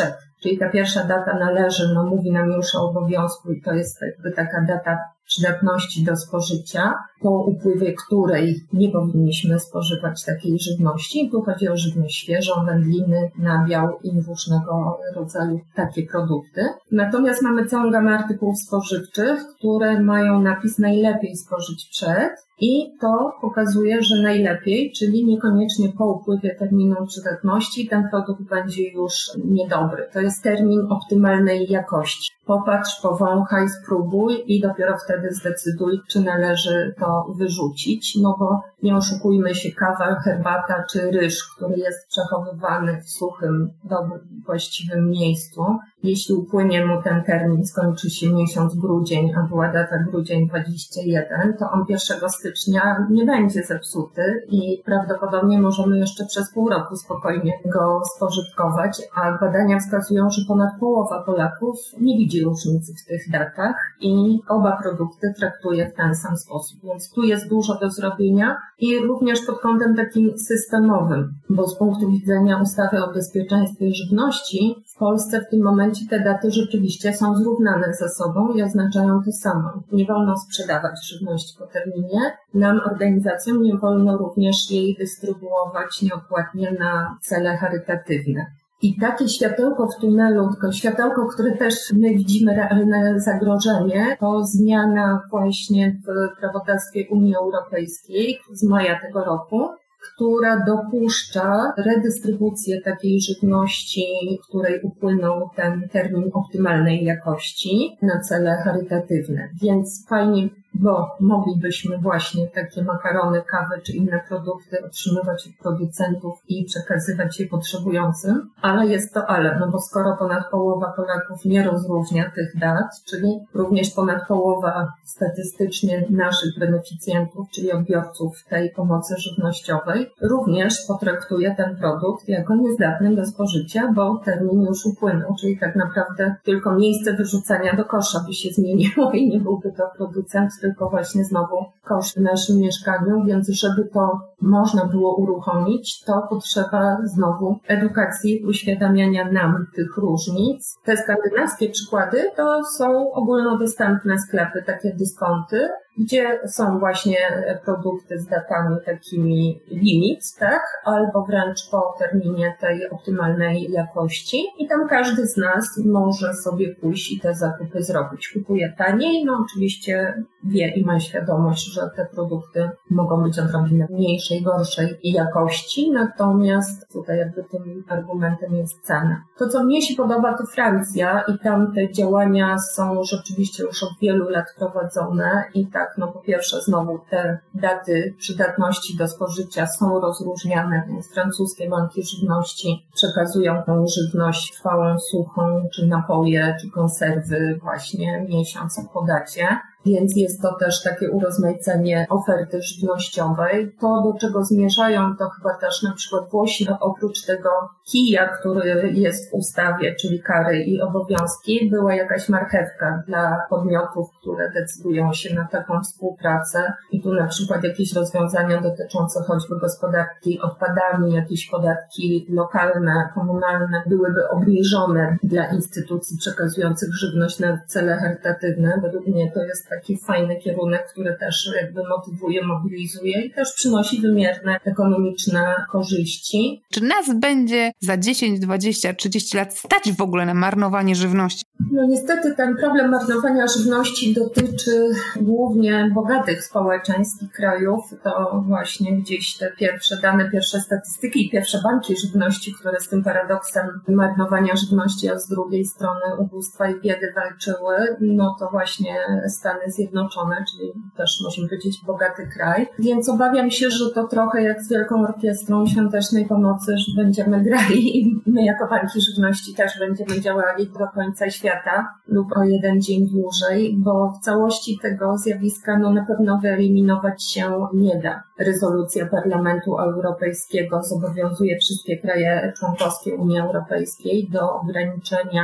czyli ta pierwsza data należy, no mówi nam już o obowiązku i to jest jakby taka data przydatności do spożycia, po upływie której nie powinniśmy spożywać takiej żywności. Tu chodzi o żywność świeżą, wędliny, nabiał i różnego rodzaju takie produkty. Natomiast mamy całą gamę artykułów spożywczych, które mają napis najlepiej spożyć przed i to pokazuje, że najlepiej, czyli niekoniecznie po upływie terminu przydatności ten produkt będzie już niedobry. To jest termin optymalnej jakości. Popatrz, powąchaj, spróbuj i dopiero wtedy zdecyduj, czy należy to wyrzucić, no bo nie oszukujmy się, kawa, herbata czy ryż, który jest przechowywany w suchym, dobrym, właściwym miejscu, jeśli upłynie mu ten termin, skończy się miesiąc grudzień, a była data grudzień dwudziesty pierwszy, to on pierwszego stycznia nie będzie zepsuty i prawdopodobnie możemy jeszcze przez pół roku spokojnie go spożytkować, a badania wskazują, że ponad połowa Polaków nie widzi różnicy w tych datach i oba produkty traktuje w ten sam sposób. Więc tu jest dużo do zrobienia i również pod kątem takim systemowym, bo z punktu widzenia ustawy o bezpieczeństwie żywności w Polsce w tym momencie te daty rzeczywiście są zrównane ze sobą i oznaczają to samo. Nie wolno sprzedawać żywności po terminie. Nam, organizacjom, nie wolno również jej dystrybuować nieodpłatnie na cele charytatywne. I takie światełko w tunelu, tylko światełko, które też my widzimy realne zagrożenie, to zmiana właśnie w prawodawstwie Unii Europejskiej z maja tego roku, która dopuszcza redystrybucję takiej żywności, której upłynął ten termin optymalnej jakości na cele charytatywne. Więc fajnie, bo moglibyśmy właśnie takie makarony, kawy czy inne produkty otrzymywać od producentów i przekazywać je potrzebującym, ale jest to ale, no bo skoro ponad połowa Polaków nie rozróżnia tych dat, czyli również ponad połowa statystycznie naszych beneficjentów, czyli odbiorców tej pomocy żywnościowej, również potraktuje ten produkt jako niezdatny do spożycia, bo termin już upłynął, czyli tak naprawdę tylko miejsce wyrzucania do kosza by się zmieniło i nie byłby to producent, tylko właśnie znowu kosz w naszym mieszkaniu, więc żeby to można było uruchomić, to potrzeba znowu edukacji, uświadamiania nam tych różnic. Te skandynawskie przykłady to są ogólnodostępne sklepy, takie dyskonty, gdzie są właśnie produkty z datami takimi limit, tak? Albo wręcz po terminie tej optymalnej jakości i tam każdy z nas może sobie pójść i te zakupy zrobić. Kupuje taniej, no oczywiście wie i ma świadomość, że te produkty mogą być odrobinę mniejszej, gorszej jakości, natomiast tutaj jakby tym argumentem jest cena. To, co mnie się podoba, to Francja i tam te działania są rzeczywiście już od wielu lat prowadzone i tak, no po pierwsze znowu te daty przydatności do spożycia są rozróżniane, więc francuskie banki żywności przekazują tą żywność trwałą, suchą, czy napoje, czy konserwy właśnie miesiąc po dacie. Więc jest to też takie urozmaicenie oferty żywnościowej. To, do czego zmierzają, to chyba też na przykład Włosi, oprócz tego kija, który jest w ustawie, czyli kary i obowiązki, była jakaś marchewka dla podmiotów, które decydują się na taką współpracę. I tu na przykład jakieś rozwiązania dotyczące choćby gospodarki odpadami, jakieś podatki lokalne, komunalne byłyby obniżone dla instytucji przekazujących żywność na cele charytatywne. Według mnie to jest taki fajny kierunek, który też jakby motywuje, mobilizuje i też przynosi wymierne ekonomiczne korzyści. Czy nas będzie za dziesięć, dwadzieścia, trzydzieści lat stać w ogóle na marnowanie żywności? No niestety ten problem marnowania żywności dotyczy głównie bogatych społeczeństw i krajów. To właśnie gdzieś te pierwsze dane, pierwsze statystyki i pierwsze banki żywności, które z tym paradoksem marnowania żywności, a z drugiej strony ubóstwa i biedy walczyły, no to właśnie Stany Zjednoczone, czyli też możemy powiedzieć bogaty kraj. Więc obawiam się, że to trochę jak z Wielką Orkiestrą Świątecznej Pomocy, że będziemy grali i my jako banki żywności też będziemy działali do końca świata lub o jeden dzień dłużej, bo w całości tego zjawiska no na pewno wyeliminować się nie da. Rezolucja Parlamentu Europejskiego zobowiązuje wszystkie kraje członkowskie Unii Europejskiej do ograniczenia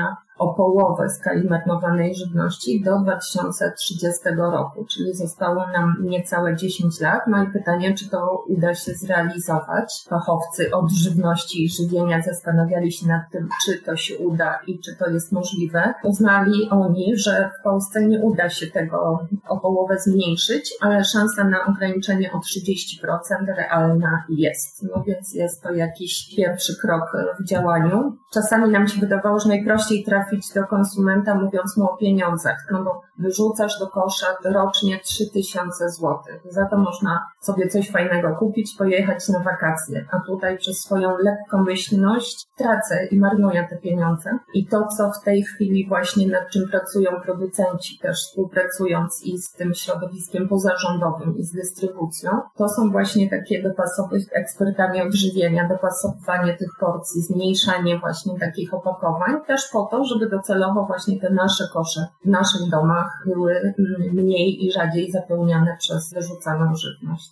o połowę skali marnowanej żywności do dwa tysiące trzydziestego roku, czyli zostało nam niecałe dziesięć lat. No i pytanie, czy to uda się zrealizować. Fachowcy od żywności i żywienia zastanawiali się nad tym, czy to się uda i czy to jest możliwe. Uznali oni, że w Polsce nie uda się tego o połowę zmniejszyć, ale szansa na ograniczenie o trzydzieści procent realna jest. No więc jest to jakiś pierwszy krok w działaniu. Czasami nam się wydawało, że najprościej trafić do konsumenta, mówiąc mu o pieniądzach, no bo wyrzucasz do kosza rocznie trzy tysiące złotych. Za to można sobie coś fajnego kupić, pojechać na wakacje, a tutaj przez swoją lekkomyślność tracę i marnuję te pieniądze. I to, co w tej chwili właśnie nad czym pracują producenci, też współpracując i z tym środowiskiem pozarządowym i z dystrybucją, to są właśnie takie dopasowanie, ekspertami odżywienia, dopasowanie tych porcji, zmniejszanie właśnie takich opakowań, też po to, żeby docelowo właśnie te nasze kosze w naszych domach były mniej i rzadziej zapełniane przez wyrzucaną żywność.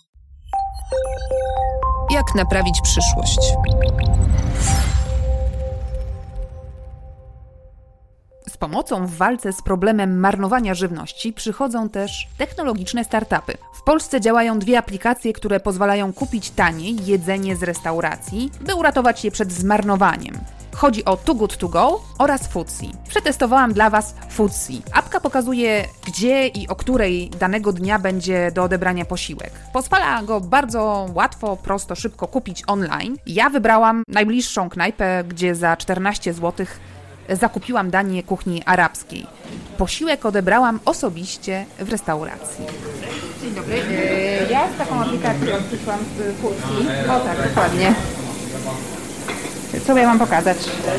Jak naprawić przyszłość? Z pomocą w walce z problemem marnowania żywności przychodzą też technologiczne startupy. W Polsce działają dwie aplikacje, które pozwalają kupić taniej jedzenie z restauracji, by uratować je przed zmarnowaniem. Chodzi o Too Good To Go oraz Foodsie. Przetestowałam dla Was Foodsie. Apka pokazuje, gdzie i o której danego dnia będzie do odebrania posiłek. Pozwala go bardzo łatwo, prosto, szybko kupić online. Ja wybrałam najbliższą knajpę, gdzie za czternaście złotych zakupiłam danie kuchni arabskiej. Posiłek odebrałam osobiście w restauracji. Dzień dobry. Ja z taką aplikacją przyszłam z Foodsie. O tak, dokładnie. Co ja mam pokazać?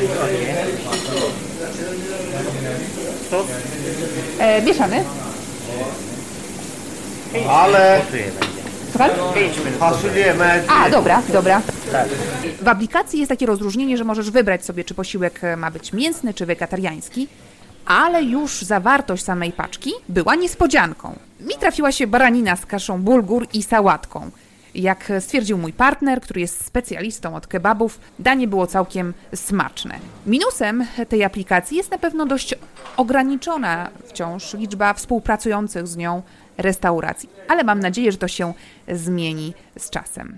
E, mieszany. Ale Słucham? pasujemy. A, dobra, dobra. W aplikacji jest takie rozróżnienie, że możesz wybrać sobie, czy posiłek ma być mięsny, czy wegetariański, ale już zawartość samej paczki była niespodzianką. Mi trafiła się baranina z kaszą bulgur i sałatką. Jak stwierdził mój partner, który jest specjalistą od kebabów, danie było całkiem smaczne. Minusem tej aplikacji jest na pewno dość ograniczona wciąż liczba współpracujących z nią restauracji, ale mam nadzieję, że to się zmieni z czasem.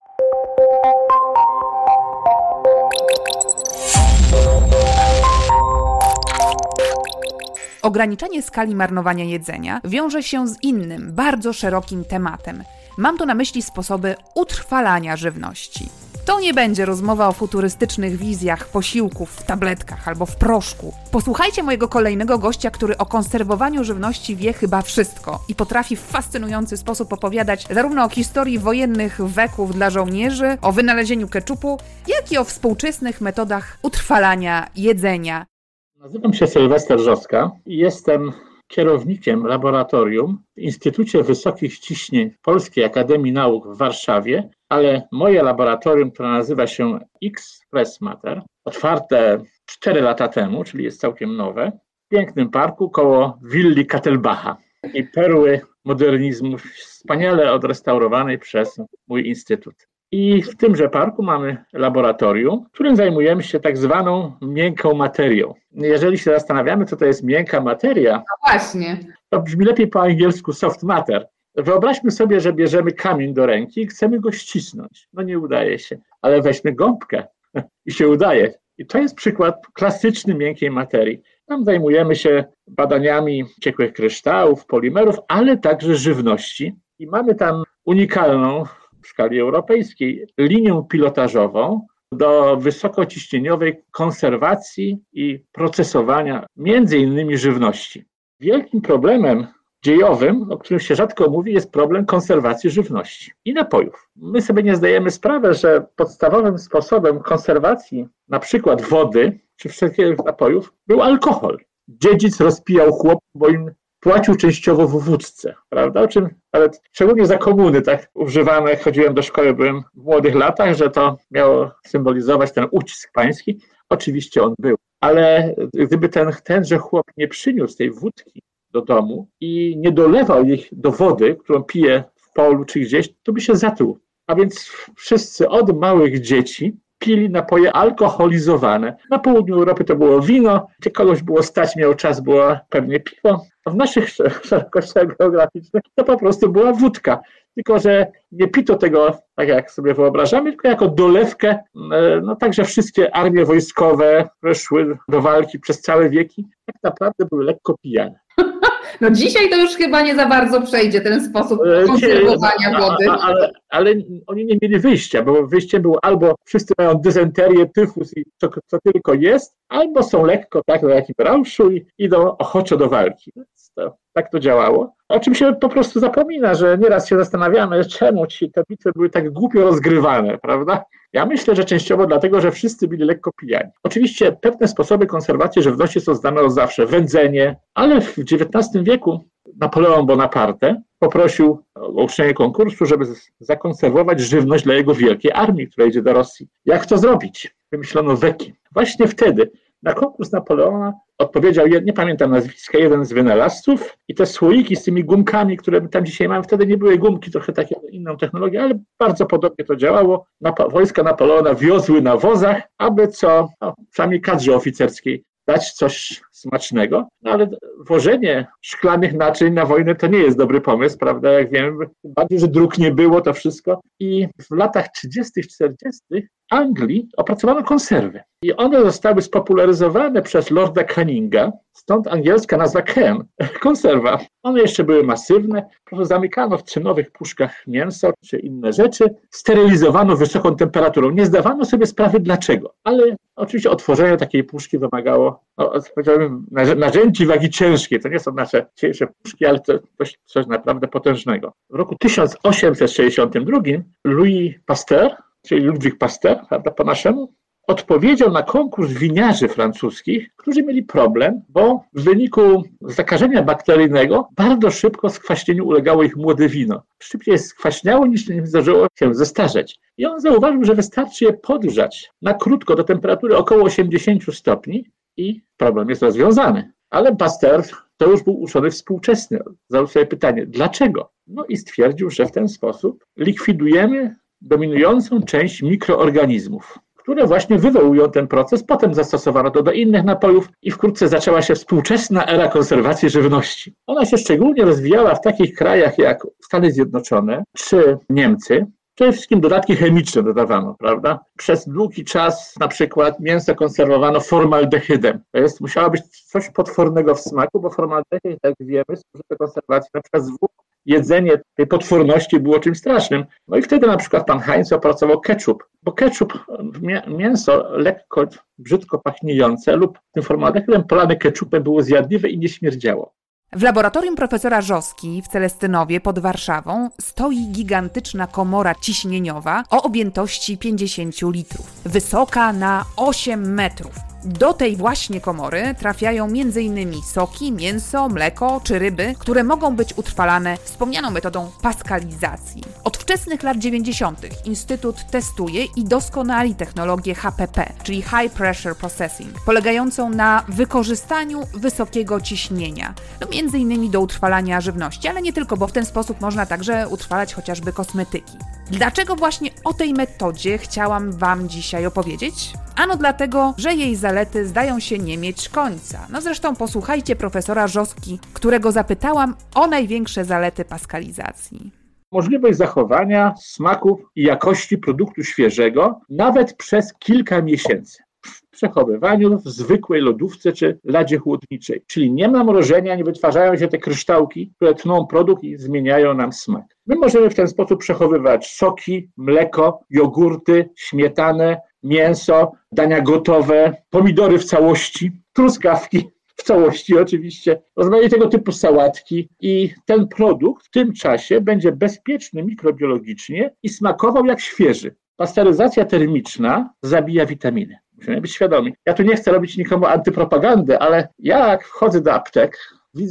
Ograniczenie skali marnowania jedzenia wiąże się z innym, bardzo szerokim tematem. Mam tu na myśli sposoby utrwalania żywności. To nie będzie rozmowa o futurystycznych wizjach posiłków w tabletkach albo w proszku. Posłuchajcie mojego kolejnego gościa, który o konserwowaniu żywności wie chyba wszystko i potrafi w fascynujący sposób opowiadać zarówno o historii wojennych weków dla żołnierzy, o wynalezieniu keczupu, jak i o współczesnych metodach utrwalania jedzenia. Nazywam się Sylwester Rzoska i jestem kierownikiem laboratorium w Instytucie Wysokich Ciśnień Polskiej Akademii Nauk w Warszawie, ale moje laboratorium, które nazywa się Express Matter, otwarte cztery lata temu, czyli jest całkiem nowe, w pięknym parku koło willi Kattelbacha i perły modernizmu, wspaniale odrestaurowanej przez mój instytut. I w tymże parku mamy laboratorium, w którym zajmujemy się tak zwaną miękką materią. Jeżeli się zastanawiamy, co to jest miękka materia, no właśnie, to brzmi lepiej po angielsku soft matter. Wyobraźmy sobie, że bierzemy kamień do ręki i chcemy go ścisnąć. No nie udaje się, ale weźmy gąbkę i się udaje. I to jest przykład klasyczny miękkiej materii. Tam zajmujemy się badaniami ciekłych kryształów, polimerów, ale także żywności. I mamy tam unikalną w skali europejskiej linię pilotażową do wysokociśnieniowej konserwacji i procesowania między innymi żywności. Wielkim problemem dziejowym, o którym się rzadko mówi, jest problem konserwacji żywności i napojów. My sobie nie zdajemy sprawy, że podstawowym sposobem konserwacji na przykład wody czy wszelkich napojów był alkohol. Dziedzic rozpijał chłop, bo im płacił częściowo w wódce, prawda? O czym nawet szczególnie za komuny tak używane, jak chodziłem do szkoły, byłem w młodych latach, że to miało symbolizować ten ucisk pański. Oczywiście on był, ale gdyby ten, tenże chłop nie przyniósł tej wódki do domu i nie dolewał ich do wody, którą pije w polu czy gdzieś, to by się zatruł. A więc wszyscy od małych dzieci pili napoje alkoholizowane. Na południu Europy to było wino, gdzie kogoś było stać, miał czas, było pewnie piwo. A w naszych szerokościach geograficznych to po prostu była wódka. Tylko że nie pito tego, tak jak sobie wyobrażamy, tylko jako dolewkę. No także wszystkie armie wojskowe, które szły do walki przez całe wieki, tak naprawdę były lekko pijane. No dzisiaj to już chyba nie za bardzo przejdzie ten sposób konserwowania wody. Ale, ale, ale oni nie mieli wyjścia, bo wyjściem było albo wszyscy mają dysenterię, tyfus i co, co tylko jest, albo są lekko, tak, na jakim rauszu i idą ochoczo do walki. Więc to, tak to działało. O czym się po prostu zapomina, że nieraz się zastanawiamy, czemu ci te bitwy były tak głupio rozgrywane, prawda? Ja myślę, że częściowo dlatego, że wszyscy byli lekko pijani. Oczywiście pewne sposoby konserwacji żywności są znane od zawsze. Wędzenie, ale w dziewiętnastym wieku Napoleon Bonaparte poprosił o uczczenie konkursu, żeby zakonserwować żywność dla jego wielkiej armii, która idzie do Rosji. Jak to zrobić? Wymyślono weki. Właśnie wtedy na konkurs Napoleona odpowiedział, nie pamiętam nazwiska, jeden z wynalazców i te słoiki z tymi gumkami, które my tam dzisiaj mamy, wtedy nie były gumki, trochę takie inną technologię, ale bardzo podobnie to działało. Nap- wojska Napoleona wiozły na wozach, aby co, no, przynajmniej kadrze oficerskiej, dać coś smacznego, no ale wożenie szklanych naczyń na wojnę to nie jest dobry pomysł, prawda, jak wiemy, bardziej, że dróg nie było, to wszystko. I w latach trzydziestych, czterdziestych w Anglii opracowano konserwy. I one zostały spopularyzowane przez Lorda Canninga, stąd angielska nazwa can, konserwa. One jeszcze były masywne, po prostu zamykano w cynowych puszkach mięso czy inne rzeczy, sterylizowano wysoką temperaturą. Nie zdawano sobie sprawy dlaczego, ale oczywiście otworzenie takiej puszki wymagało, no, powiedziałbym, narzędzi wagi ciężkiej. To nie są nasze dzisiejsze puszki, ale to coś, coś naprawdę potężnego. W roku tysiąc osiemset sześćdziesiątym drugim Louis Pasteur, czyli Ludwik Pasteur, prawda, po naszemu, odpowiedział na konkurs winiarzy francuskich, którzy mieli problem, bo w wyniku zakażenia bakteryjnego bardzo szybko skwaśnieniu ulegało ich młode wino. Szybciej skwaśniało, niż nie zdarzyło się zestarzeć. I on zauważył, że wystarczy je podgrzać na krótko do temperatury około osiemdziesiąt stopni i problem jest rozwiązany. Ale Pasteur to już był uczony współczesny. Zadał sobie pytanie, dlaczego? No i stwierdził, że w ten sposób likwidujemy dominującą część mikroorganizmów, które właśnie wywołują ten proces. Potem zastosowano to do innych napojów i wkrótce zaczęła się współczesna era konserwacji żywności. Ona się szczególnie rozwijała w takich krajach jak Stany Zjednoczone czy Niemcy. Przede wszystkim dodatki chemiczne dodawano, prawda? Przez długi czas na przykład mięso konserwowano formaldehydem. To jest, musiało być coś potwornego w smaku, bo formaldehyd, jak wiemy, służy do konserwacji na przykład zwłok. Jedzenie tej potworności było czymś strasznym. No i wtedy na przykład pan Heinz opracował ketchup, bo ketchup, mięso lekko, brzydko pachniejące lub tym formaldehydem polane ketchupem było zjadliwe i nie śmierdziało. W laboratorium profesora Żoski w Celestynowie pod Warszawą stoi gigantyczna komora ciśnieniowa o objętości pięćdziesiąt litrów, wysoka na osiem metrów. Do tej właśnie komory trafiają między innymi soki, mięso, mleko czy ryby, które mogą być utrwalane wspomnianą metodą paskalizacji. Od wczesnych lat dziewięćdziesiątych Instytut testuje i doskonali technologię H P P, czyli High Pressure Processing, polegającą na wykorzystaniu wysokiego ciśnienia, no między innymi do utrwalania żywności, ale nie tylko, bo w ten sposób można także utrwalać chociażby kosmetyki. Dlaczego właśnie o tej metodzie chciałam Wam dzisiaj opowiedzieć? Ano dlatego, że jej zalety zdają się nie mieć końca. No zresztą posłuchajcie profesora Żoski, którego zapytałam o największe zalety paskalizacji. Możliwość zachowania smaków i jakości produktu świeżego nawet przez kilka miesięcy. W przechowywaniu w zwykłej lodówce czy ladzie chłodniczej. Czyli nie ma mrożenia, nie wytwarzają się te kryształki, które tną produkt i zmieniają nam smak. My możemy w ten sposób przechowywać soki, mleko, jogurty, śmietanę, mięso, dania gotowe, pomidory w całości, truskawki w całości oczywiście, rozmaitego typu sałatki i ten produkt w tym czasie będzie bezpieczny mikrobiologicznie i smakował jak świeży. Pasteryzacja termiczna zabija witaminy. Musimy być świadomi. Ja tu nie chcę robić nikomu antypropagandy, ale ja jak wchodzę do aptek, widzę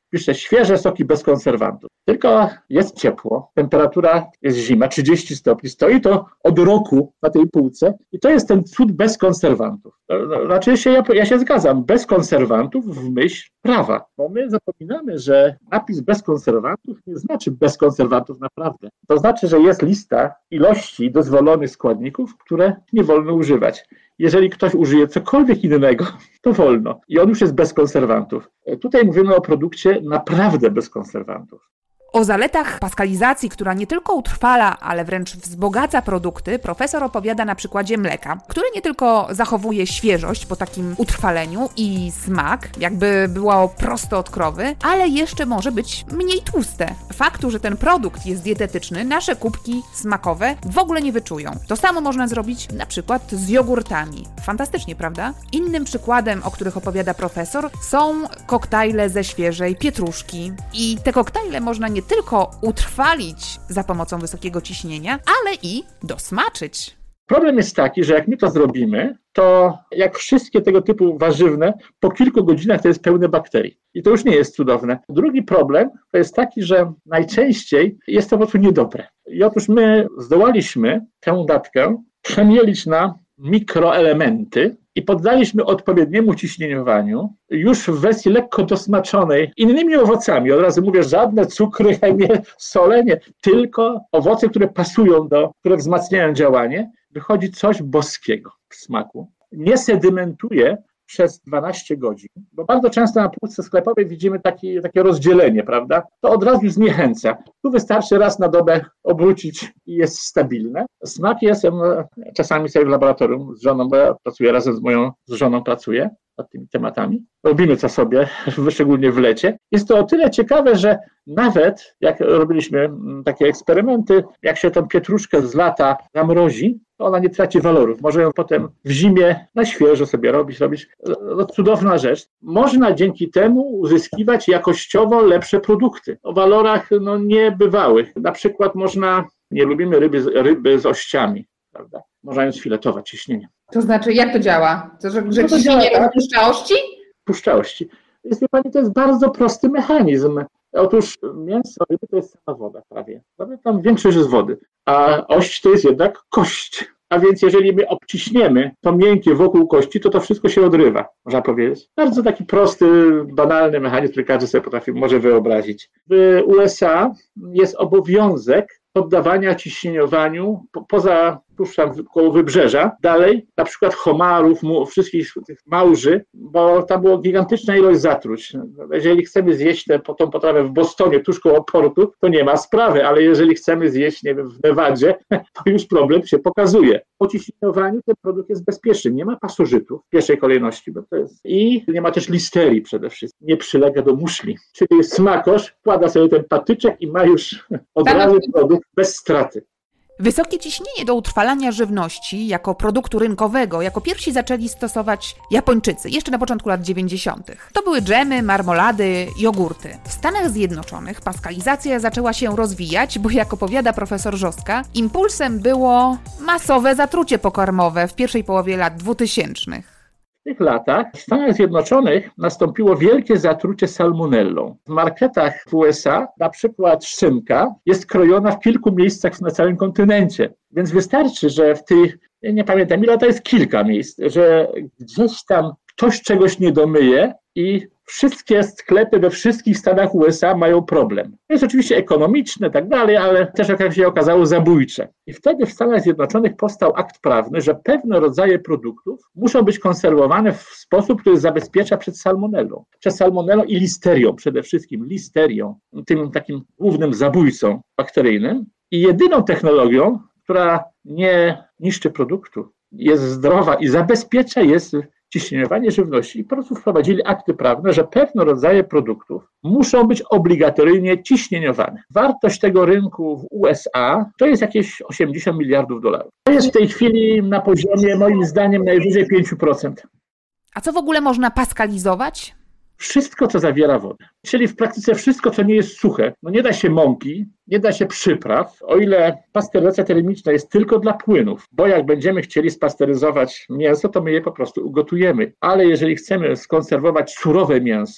pisze świeże soki bez konserwantów. Tylko jest ciepło, temperatura jest zima, trzydzieści stopni, stoi to od roku na tej półce i to jest ten cud bez konserwantów. Znaczy się, ja, ja się zgadzam, bez konserwantów w myśl prawa, bo my zapominamy, że napis bez konserwantów nie znaczy bez konserwantów naprawdę. To znaczy, że jest lista ilości dozwolonych składników, które nie wolno używać. Jeżeli ktoś użyje cokolwiek innego, to wolno. I on już jest bez konserwantów. Tutaj mówimy o produkcie naprawdę bez konserwantów. O zaletach paskalizacji, która nie tylko utrwala, ale wręcz wzbogaca produkty, profesor opowiada na przykładzie mleka, które nie tylko zachowuje świeżość po takim utrwaleniu i smak, jakby było prosto od krowy, ale jeszcze może być mniej tłuste. Faktu, że ten produkt jest dietetyczny, nasze kubki smakowe w ogóle nie wyczują. To samo można zrobić na przykład z jogurtami. Fantastycznie, prawda? Innym przykładem, o których opowiada profesor, są koktajle ze świeżej pietruszki. I te koktajle można nie nie tylko utrwalić za pomocą wysokiego ciśnienia, ale i dosmaczyć. Problem jest taki, że jak my to zrobimy, to jak wszystkie tego typu warzywne, po kilku godzinach to jest pełne bakterii. I to już nie jest cudowne. Drugi problem to jest taki, że najczęściej jest to po prostu niedobre. I otóż my zdołaliśmy tę datkę przemielić na mikroelementy i poddaliśmy odpowiedniemu ciśnieniowaniu już w wersji lekko dosmaczonej innymi owocami. Od razu mówię, żadne cukry, chemię, solenie, tylko owoce, które pasują do, które wzmacniają działanie. Wychodzi coś boskiego w smaku. Nie sedymentuje przez dwanaście godzin, bo bardzo często na półce sklepowej widzimy taki, takie rozdzielenie, prawda? To od razu zniechęca. Tu wystarczy raz na dobę obrócić i jest stabilne. Smak jest, czasami sobie w laboratorium z żoną, bo ja pracuję razem z moją z żoną, pracuję nad tymi tematami. Robimy to sobie, szczególnie w lecie. Jest to o tyle ciekawe, że nawet jak robiliśmy takie eksperymenty, jak się tą pietruszkę z lata zamrozi, to ona nie traci walorów. Można ją potem w zimie na świeżo sobie robić, robić. No, cudowna rzecz. Można dzięki temu uzyskiwać jakościowo lepsze produkty o walorach no, niebywałych. Na przykład można, nie lubimy ryby, ryby z ościami, prawda? Można ją sfiletować ciśnieniem. To znaczy, jak to działa? To, że, że no to ciśnienie działa, rozpuszcza ości? Puszcza ości. Jest, wie pani, to jest bardzo prosty mechanizm. Otóż mięso ryby to jest sama woda prawie. Tam większość jest wody, a ość to jest jednak kość. A więc jeżeli my obciśniemy to miękkie wokół kości, to to wszystko się odrywa, można powiedzieć. Bardzo taki prosty, banalny mechanizm, który każdy sobie potrafi, może wyobrazić. W U S A jest obowiązek poddawania ciśnieniowaniu po, poza, puszczam koło wybrzeża, dalej, na przykład homarów, mu, wszystkich tych małży, bo tam była gigantyczna ilość zatruć. Jeżeli chcemy zjeść tę, tą potrawę w Bostonie, tuż koło portu, to nie ma sprawy, ale jeżeli chcemy zjeść, nie wiem, w Nevadzie, to już problem się pokazuje. Po ciśnieniowaniu ten produkt jest bezpieczny, nie ma pasożytów w pierwszej kolejności, bo to jest i nie ma też listerii przede wszystkim, nie przylega do muszli. Czyli smakosz wkłada sobie ten patyczek i ma już od razu produkt bez straty. Wysokie ciśnienie do utrwalania żywności jako produktu rynkowego jako pierwsi zaczęli stosować Japończycy, jeszcze na początku lat dziewięćdziesiątych. To były dżemy, marmolady, jogurty. W Stanach Zjednoczonych paskalizacja zaczęła się rozwijać, bo jak opowiada profesor Żostka, impulsem było masowe zatrucie pokarmowe w pierwszej połowie lat dwutysięcznych. W tych latach w Stanach Zjednoczonych nastąpiło wielkie zatrucie salmonellą. W marketach w U S A na przykład szynka jest krojona w kilku miejscach na całym kontynencie. Więc wystarczy, że w tych, nie pamiętam ile to jest kilka miejsc, że gdzieś tam ktoś czegoś nie domyje i wszystkie sklepy we wszystkich stanach U S A mają problem. To jest oczywiście ekonomiczne i tak dalej, ale też jak się okazało zabójcze. I wtedy w Stanach Zjednoczonych powstał akt prawny, że pewne rodzaje produktów muszą być konserwowane w sposób, który zabezpiecza przed salmonellą. Przed salmonellą i listerią przede wszystkim, listerią, tym takim głównym zabójcą bakteryjnym. I jedyną technologią, która nie niszczy produktu, jest zdrowa i zabezpiecza, jest ciśnieniowanie żywności. I po prostu wprowadzili akty prawne, że pewne rodzaje produktów muszą być obligatoryjnie ciśnieniowane. Wartość tego rynku w U S A to jest jakieś osiemdziesiąt miliardów dolarów. To jest w tej chwili na poziomie, moim zdaniem, najwyżej pięć procent. A co w ogóle można paskalizować? Wszystko, co zawiera wodę. Czyli w praktyce wszystko, co nie jest suche. No nie da się mąki, nie da się przypraw, o ile pasteryzacja termiczna jest tylko dla płynów, bo jak będziemy chcieli spasteryzować mięso, to my je po prostu ugotujemy. Ale jeżeli chcemy skonserwować surowe mięso,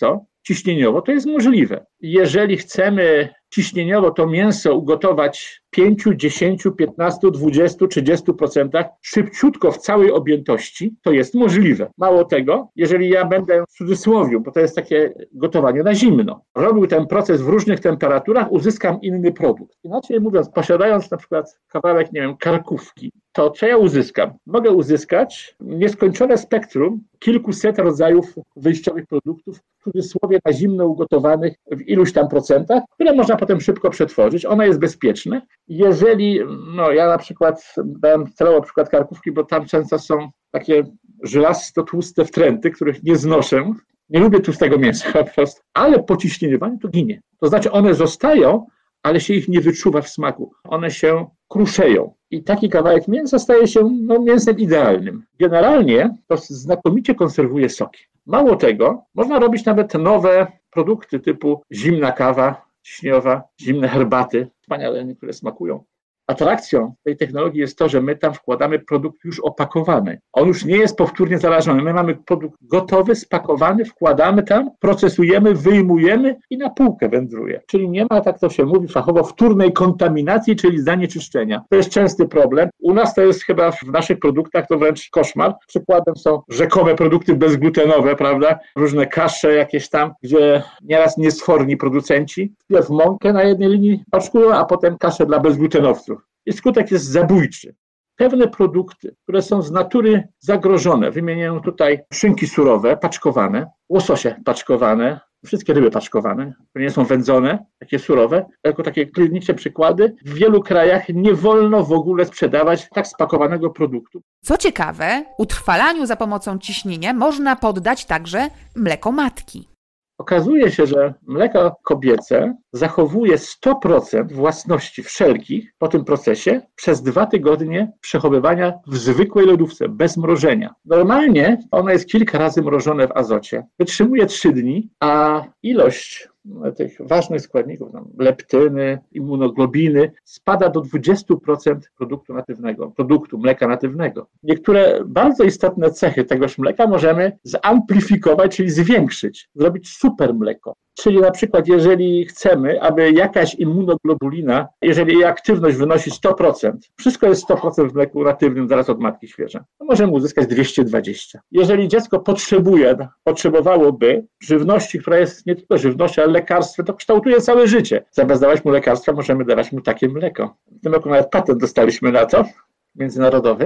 ciśnieniowo, to jest możliwe. Jeżeli chcemy ciśnieniowo to mięso ugotować pięć, dziesięć, piętnaście, dwadzieścia, trzydzieści procent szybciutko w całej objętości, to jest możliwe. Mało tego, jeżeli ja będę w cudzysłowie, bo to jest takie gotowanie na zimno, robił ten proces w różnych temperaturach, uzyskam inny produkt. Inaczej mówiąc, posiadając na przykład kawałek, nie wiem, karkówki, to co ja uzyskam? Mogę uzyskać nieskończone spektrum kilkuset rodzajów wyjściowych produktów, w cudzysłowie na zimno ugotowanych w iluś tam procentach, które można potem szybko przetworzyć. Ono jest bezpieczne. Jeżeli, no ja na przykład dałem celowo przykład karkówki, bo tam często są takie żylasto tłuste wtręty, których nie znoszę. Nie lubię tłustego mięsa po prostu, ale po ciśnieniowaniu to ginie. To znaczy one zostają, ale się ich nie wyczuwa w smaku. One się kruszeją. I taki kawałek mięsa staje się no, mięsem idealnym. Generalnie to znakomicie konserwuje soki. Mało tego, można robić nawet nowe produkty typu zimna kawa ciśniowa, zimne herbaty, wspaniale niektóre smakują. Atrakcją tej technologii jest to, że my tam wkładamy produkt już opakowany. On już nie jest powtórnie zarażony. My mamy produkt gotowy, spakowany, wkładamy tam, procesujemy, wyjmujemy i na półkę wędruje. Czyli nie ma, tak to się mówi fachowo, wtórnej kontaminacji, czyli zanieczyszczenia. To jest częsty problem. U nas to jest chyba w naszych produktach to wręcz koszmar. Przykładem są rzekome produkty bezglutenowe, prawda? Różne kasze jakieś tam, gdzie nieraz niesforni producenci wpierw mąkę na jednej linii paczkują, a potem kaszę dla bezglutenowców. I skutek jest zabójczy. Pewne produkty, które są z natury zagrożone, wymieniają tutaj szynki surowe, paczkowane, łososie paczkowane, wszystkie ryby paczkowane, które nie są wędzone, takie surowe, jako takie kliniczne przykłady. W wielu krajach nie wolno w ogóle sprzedawać tak spakowanego produktu. Co ciekawe, utrwalaniu za pomocą ciśnienia można poddać także mleko matki. Okazuje się, że mleko kobiece zachowuje sto procent własności wszelkich po tym procesie przez dwa tygodnie przechowywania w zwykłej lodówce, bez mrożenia. Normalnie ono jest kilka razy mrożone w azocie, wytrzymuje trzy dni, a ilość tych ważnych składników, tam leptyny, immunoglobiny, spada do dwadzieścia procent produktu natywnego, produktu mleka natywnego. Niektóre bardzo istotne cechy tegoż mleka możemy zamplifikować, czyli zwiększyć, zrobić super mleko. Czyli na przykład jeżeli chcemy, aby jakaś immunoglobulina, jeżeli jej aktywność wynosi sto procent, wszystko jest sto procent w mleku natywnym zaraz od matki świeże, to możemy uzyskać dwieście dwadzieścia. Jeżeli dziecko potrzebuje, potrzebowałoby żywności, która jest nie tylko żywnością, ale lekarstwem, to kształtuje całe życie. Zamiast dawać mu lekarstwa, możemy dawać mu takie mleko. W tym roku nawet patent dostaliśmy na to, międzynarodowy.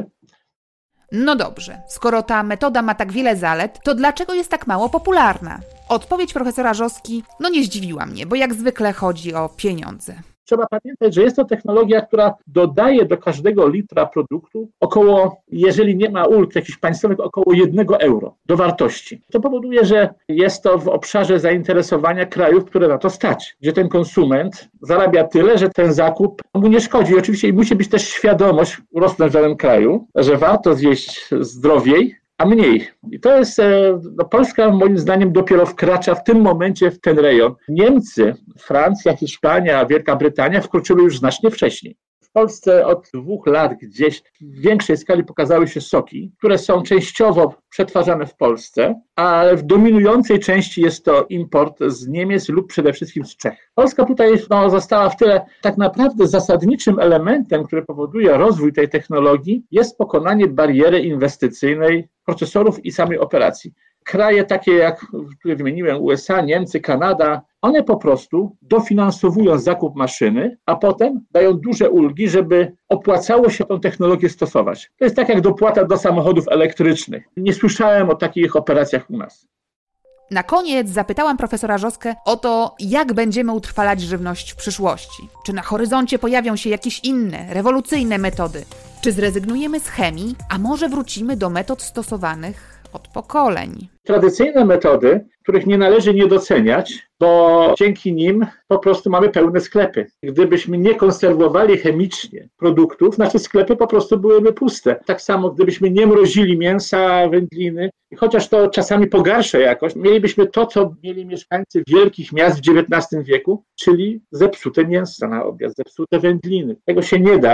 No dobrze, skoro ta metoda ma tak wiele zalet, to dlaczego jest tak mało popularna? Odpowiedź profesora Żoski no nie zdziwiła mnie, bo jak zwykle chodzi o pieniądze. Trzeba pamiętać, że jest to technologia, która dodaje do każdego litra produktu około, jeżeli nie ma ulg jakichś państwowych, około jednego euro do wartości. To powoduje, że jest to w obszarze zainteresowania krajów, które na to stać, gdzie ten konsument zarabia tyle, że ten zakup mu nie szkodzi. I oczywiście musi być też świadomość urosnąć w danym kraju, że warto zjeść zdrowiej, a mniej. I to jest, no Polska moim zdaniem dopiero wkracza w tym momencie w ten rejon. Niemcy, Francja, Hiszpania, Wielka Brytania wkroczyły już znacznie wcześniej. W Polsce od dwóch lat gdzieś w większej skali pokazały się soki, które są częściowo przetwarzane w Polsce, ale w dominującej części jest to import z Niemiec lub przede wszystkim z Czech. Polska tutaj no, została w tyle tak naprawdę zasadniczym elementem, który powoduje rozwój tej technologii, jest pokonanie bariery inwestycyjnej procesorów i samej operacji. Kraje takie jak, które wymieniłem, U S A, Niemcy, Kanada, one po prostu dofinansowują zakup maszyny, a potem dają duże ulgi, żeby opłacało się tą technologię stosować. To jest tak jak dopłata do samochodów elektrycznych. Nie słyszałem o takich operacjach u nas. Na koniec zapytałam profesora Żoskę o to, jak będziemy utrwalać żywność w przyszłości. Czy na horyzoncie pojawią się jakieś inne, rewolucyjne metody? Czy zrezygnujemy z chemii, a może wrócimy do metod stosowanych od pokoleń? Tradycyjne metody, których nie należy nie doceniać, bo dzięki nim po prostu mamy pełne sklepy. Gdybyśmy nie konserwowali chemicznie produktów, nasze sklepy po prostu byłyby puste. Tak samo gdybyśmy nie mrozili mięsa, wędliny, chociaż to czasami pogarsza jakoś, mielibyśmy to, co mieli mieszkańcy wielkich miast w dziewiętnastym wieku, czyli zepsute mięsa na obiad, zepsute wędliny. Tego się nie da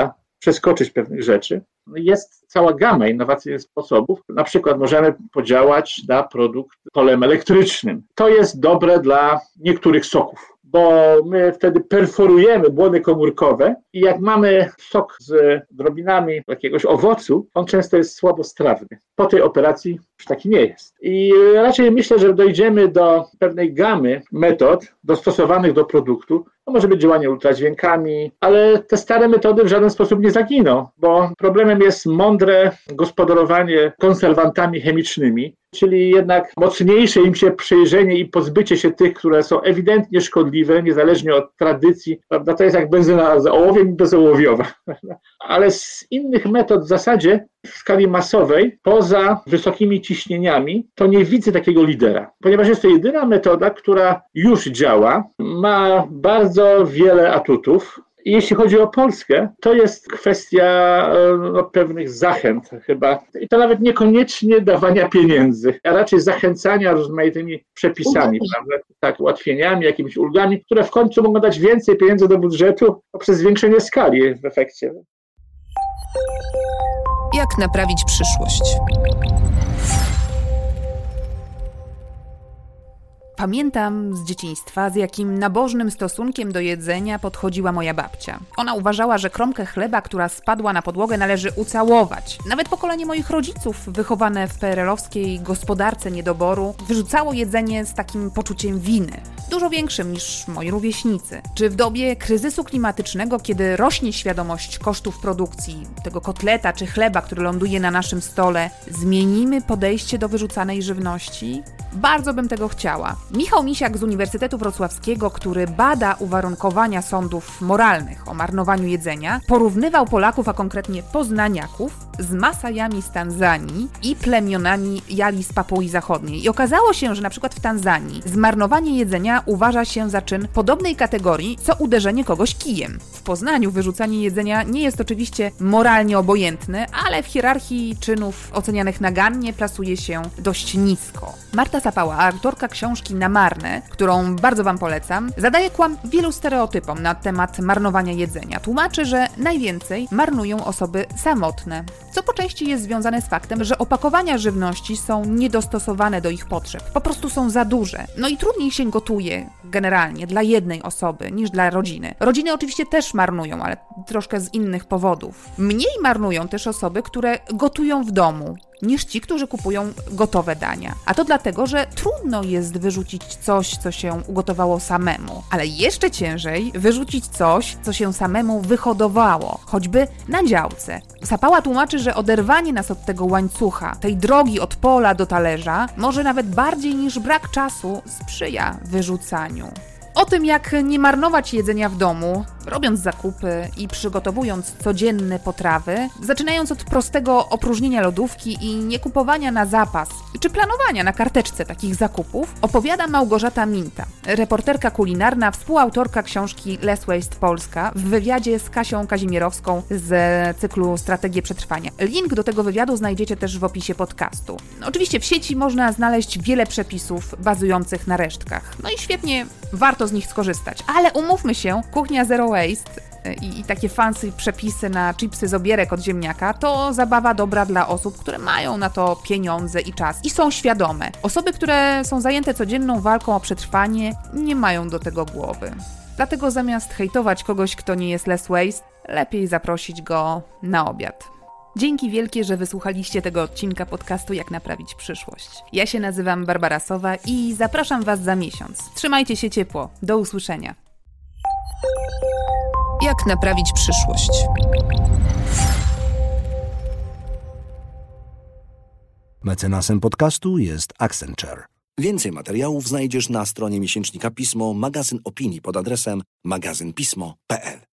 przeskoczyć pewnych rzeczy. Jest cała gama innowacyjnych sposobów. Na przykład możemy podziałać na produkt polem elektrycznym. To jest dobre dla niektórych soków, bo my wtedy perforujemy błony komórkowe i jak mamy sok z drobinami jakiegoś owocu, on często jest słabostrawny. Po tej operacji już taki nie jest. I raczej myślę, że dojdziemy do pewnej gamy metod dostosowanych do produktu. To może być działanie ultradźwiękami, ale te stare metody w żaden sposób nie zaginą, bo problemem jest mądre gospodarowanie konserwantami chemicznymi, czyli jednak mocniejsze im się przejrzenie i pozbycie się tych, które są ewidentnie szkodliwe, niezależnie od tradycji, prawda? To jest jak benzyna z ołowiem i bezołowiowa. Ale z innych metod w zasadzie w skali masowej, poza wysokimi ciśnieniami, to nie widzę takiego lidera, ponieważ jest to jedyna metoda, która już działa, ma bardzo wiele atutów. I jeśli chodzi o Polskę, to jest kwestia no, pewnych zachęt chyba. I to nawet niekoniecznie dawania pieniędzy, a raczej zachęcania rozmaitymi przepisami, prawda? Tak, ułatwieniami, jakimiś ulgami, które w końcu mogą dać więcej pieniędzy do budżetu poprzez zwiększenie skali w efekcie. Jak naprawić przyszłość? Pamiętam z dzieciństwa, z jakim nabożnym stosunkiem do jedzenia podchodziła moja babcia. Ona uważała, że kromkę chleba, która spadła na podłogę, należy ucałować. Nawet pokolenie moich rodziców, wychowane w pe er el-owskiej gospodarce niedoboru, wyrzucało jedzenie z takim poczuciem winy. Dużo większym niż moi rówieśnicy. Czy w dobie kryzysu klimatycznego, kiedy rośnie świadomość kosztów produkcji, tego kotleta czy chleba, który ląduje na naszym stole, zmienimy podejście do wyrzucanej żywności? Bardzo bym tego chciała. Michał Misiak z Uniwersytetu Wrocławskiego, który bada uwarunkowania sądów moralnych o marnowaniu jedzenia, porównywał Polaków, a konkretnie poznaniaków, z Masajami z Tanzanii i plemionami Yali z Papui Zachodniej. I okazało się, że na przykład w Tanzanii zmarnowanie jedzenia uważa się za czyn podobnej kategorii, co uderzenie kogoś kijem. W Poznaniu wyrzucanie jedzenia nie jest oczywiście moralnie obojętne, ale w hierarchii czynów ocenianych nagannie plasuje się dość nisko. Marta Sapała, autorka książki Na marne, którą bardzo Wam polecam, zadaje kłam wielu stereotypom na temat marnowania jedzenia. Tłumaczy, że najwięcej marnują osoby samotne, co po części jest związane z faktem, że opakowania żywności są niedostosowane do ich potrzeb. Po prostu są za duże. No i trudniej się gotuje generalnie dla jednej osoby niż dla rodziny. Rodziny oczywiście też marnują, ale troszkę z innych powodów. Mniej marnują też osoby, które gotują w domu, niż ci, którzy kupują gotowe dania. A to dlatego, że trudno jest wyrzucić coś, co się ugotowało samemu. Ale jeszcze ciężej wyrzucić coś, co się samemu wyhodowało, choćby na działce. Sapała tłumaczy, że oderwanie nas od tego łańcucha, tej drogi od pola do talerza, może nawet bardziej niż brak czasu sprzyja wyrzucaniu. O tym, jak nie marnować jedzenia w domu, robiąc zakupy i przygotowując codzienne potrawy, zaczynając od prostego opróżnienia lodówki i nie kupowania na zapas, czy planowania na karteczce takich zakupów, opowiada Małgorzata Minta, reporterka kulinarna, współautorka książki Less Waste Polska, w wywiadzie z Kasią Kazimierowską z cyklu Strategie Przetrwania. Link do tego wywiadu znajdziecie też w opisie podcastu. Oczywiście w sieci można znaleźć wiele przepisów bazujących na resztkach. No i świetnie, warto z nich skorzystać. Ale umówmy się, kuchnia zero waste i, i takie fancy przepisy na chipsy z obierek od ziemniaka to zabawa dobra dla osób, które mają na to pieniądze i czas i są świadome. Osoby, które są zajęte codzienną walką o przetrwanie, nie mają do tego głowy. Dlatego zamiast hejtować kogoś, kto nie jest less waste, lepiej zaprosić go na obiad. Dzięki wielkie, że wysłuchaliście tego odcinka podcastu Jak naprawić przyszłość. Ja się nazywam Barbara Sowa i zapraszam Was za miesiąc. Trzymajcie się ciepło. Do usłyszenia. Jak naprawić przyszłość? Mecenasem podcastu jest Accenture. Więcej materiałów znajdziesz na stronie miesięcznika Pismo, magazyn opinii pod adresem magazyn pismo kropka p l.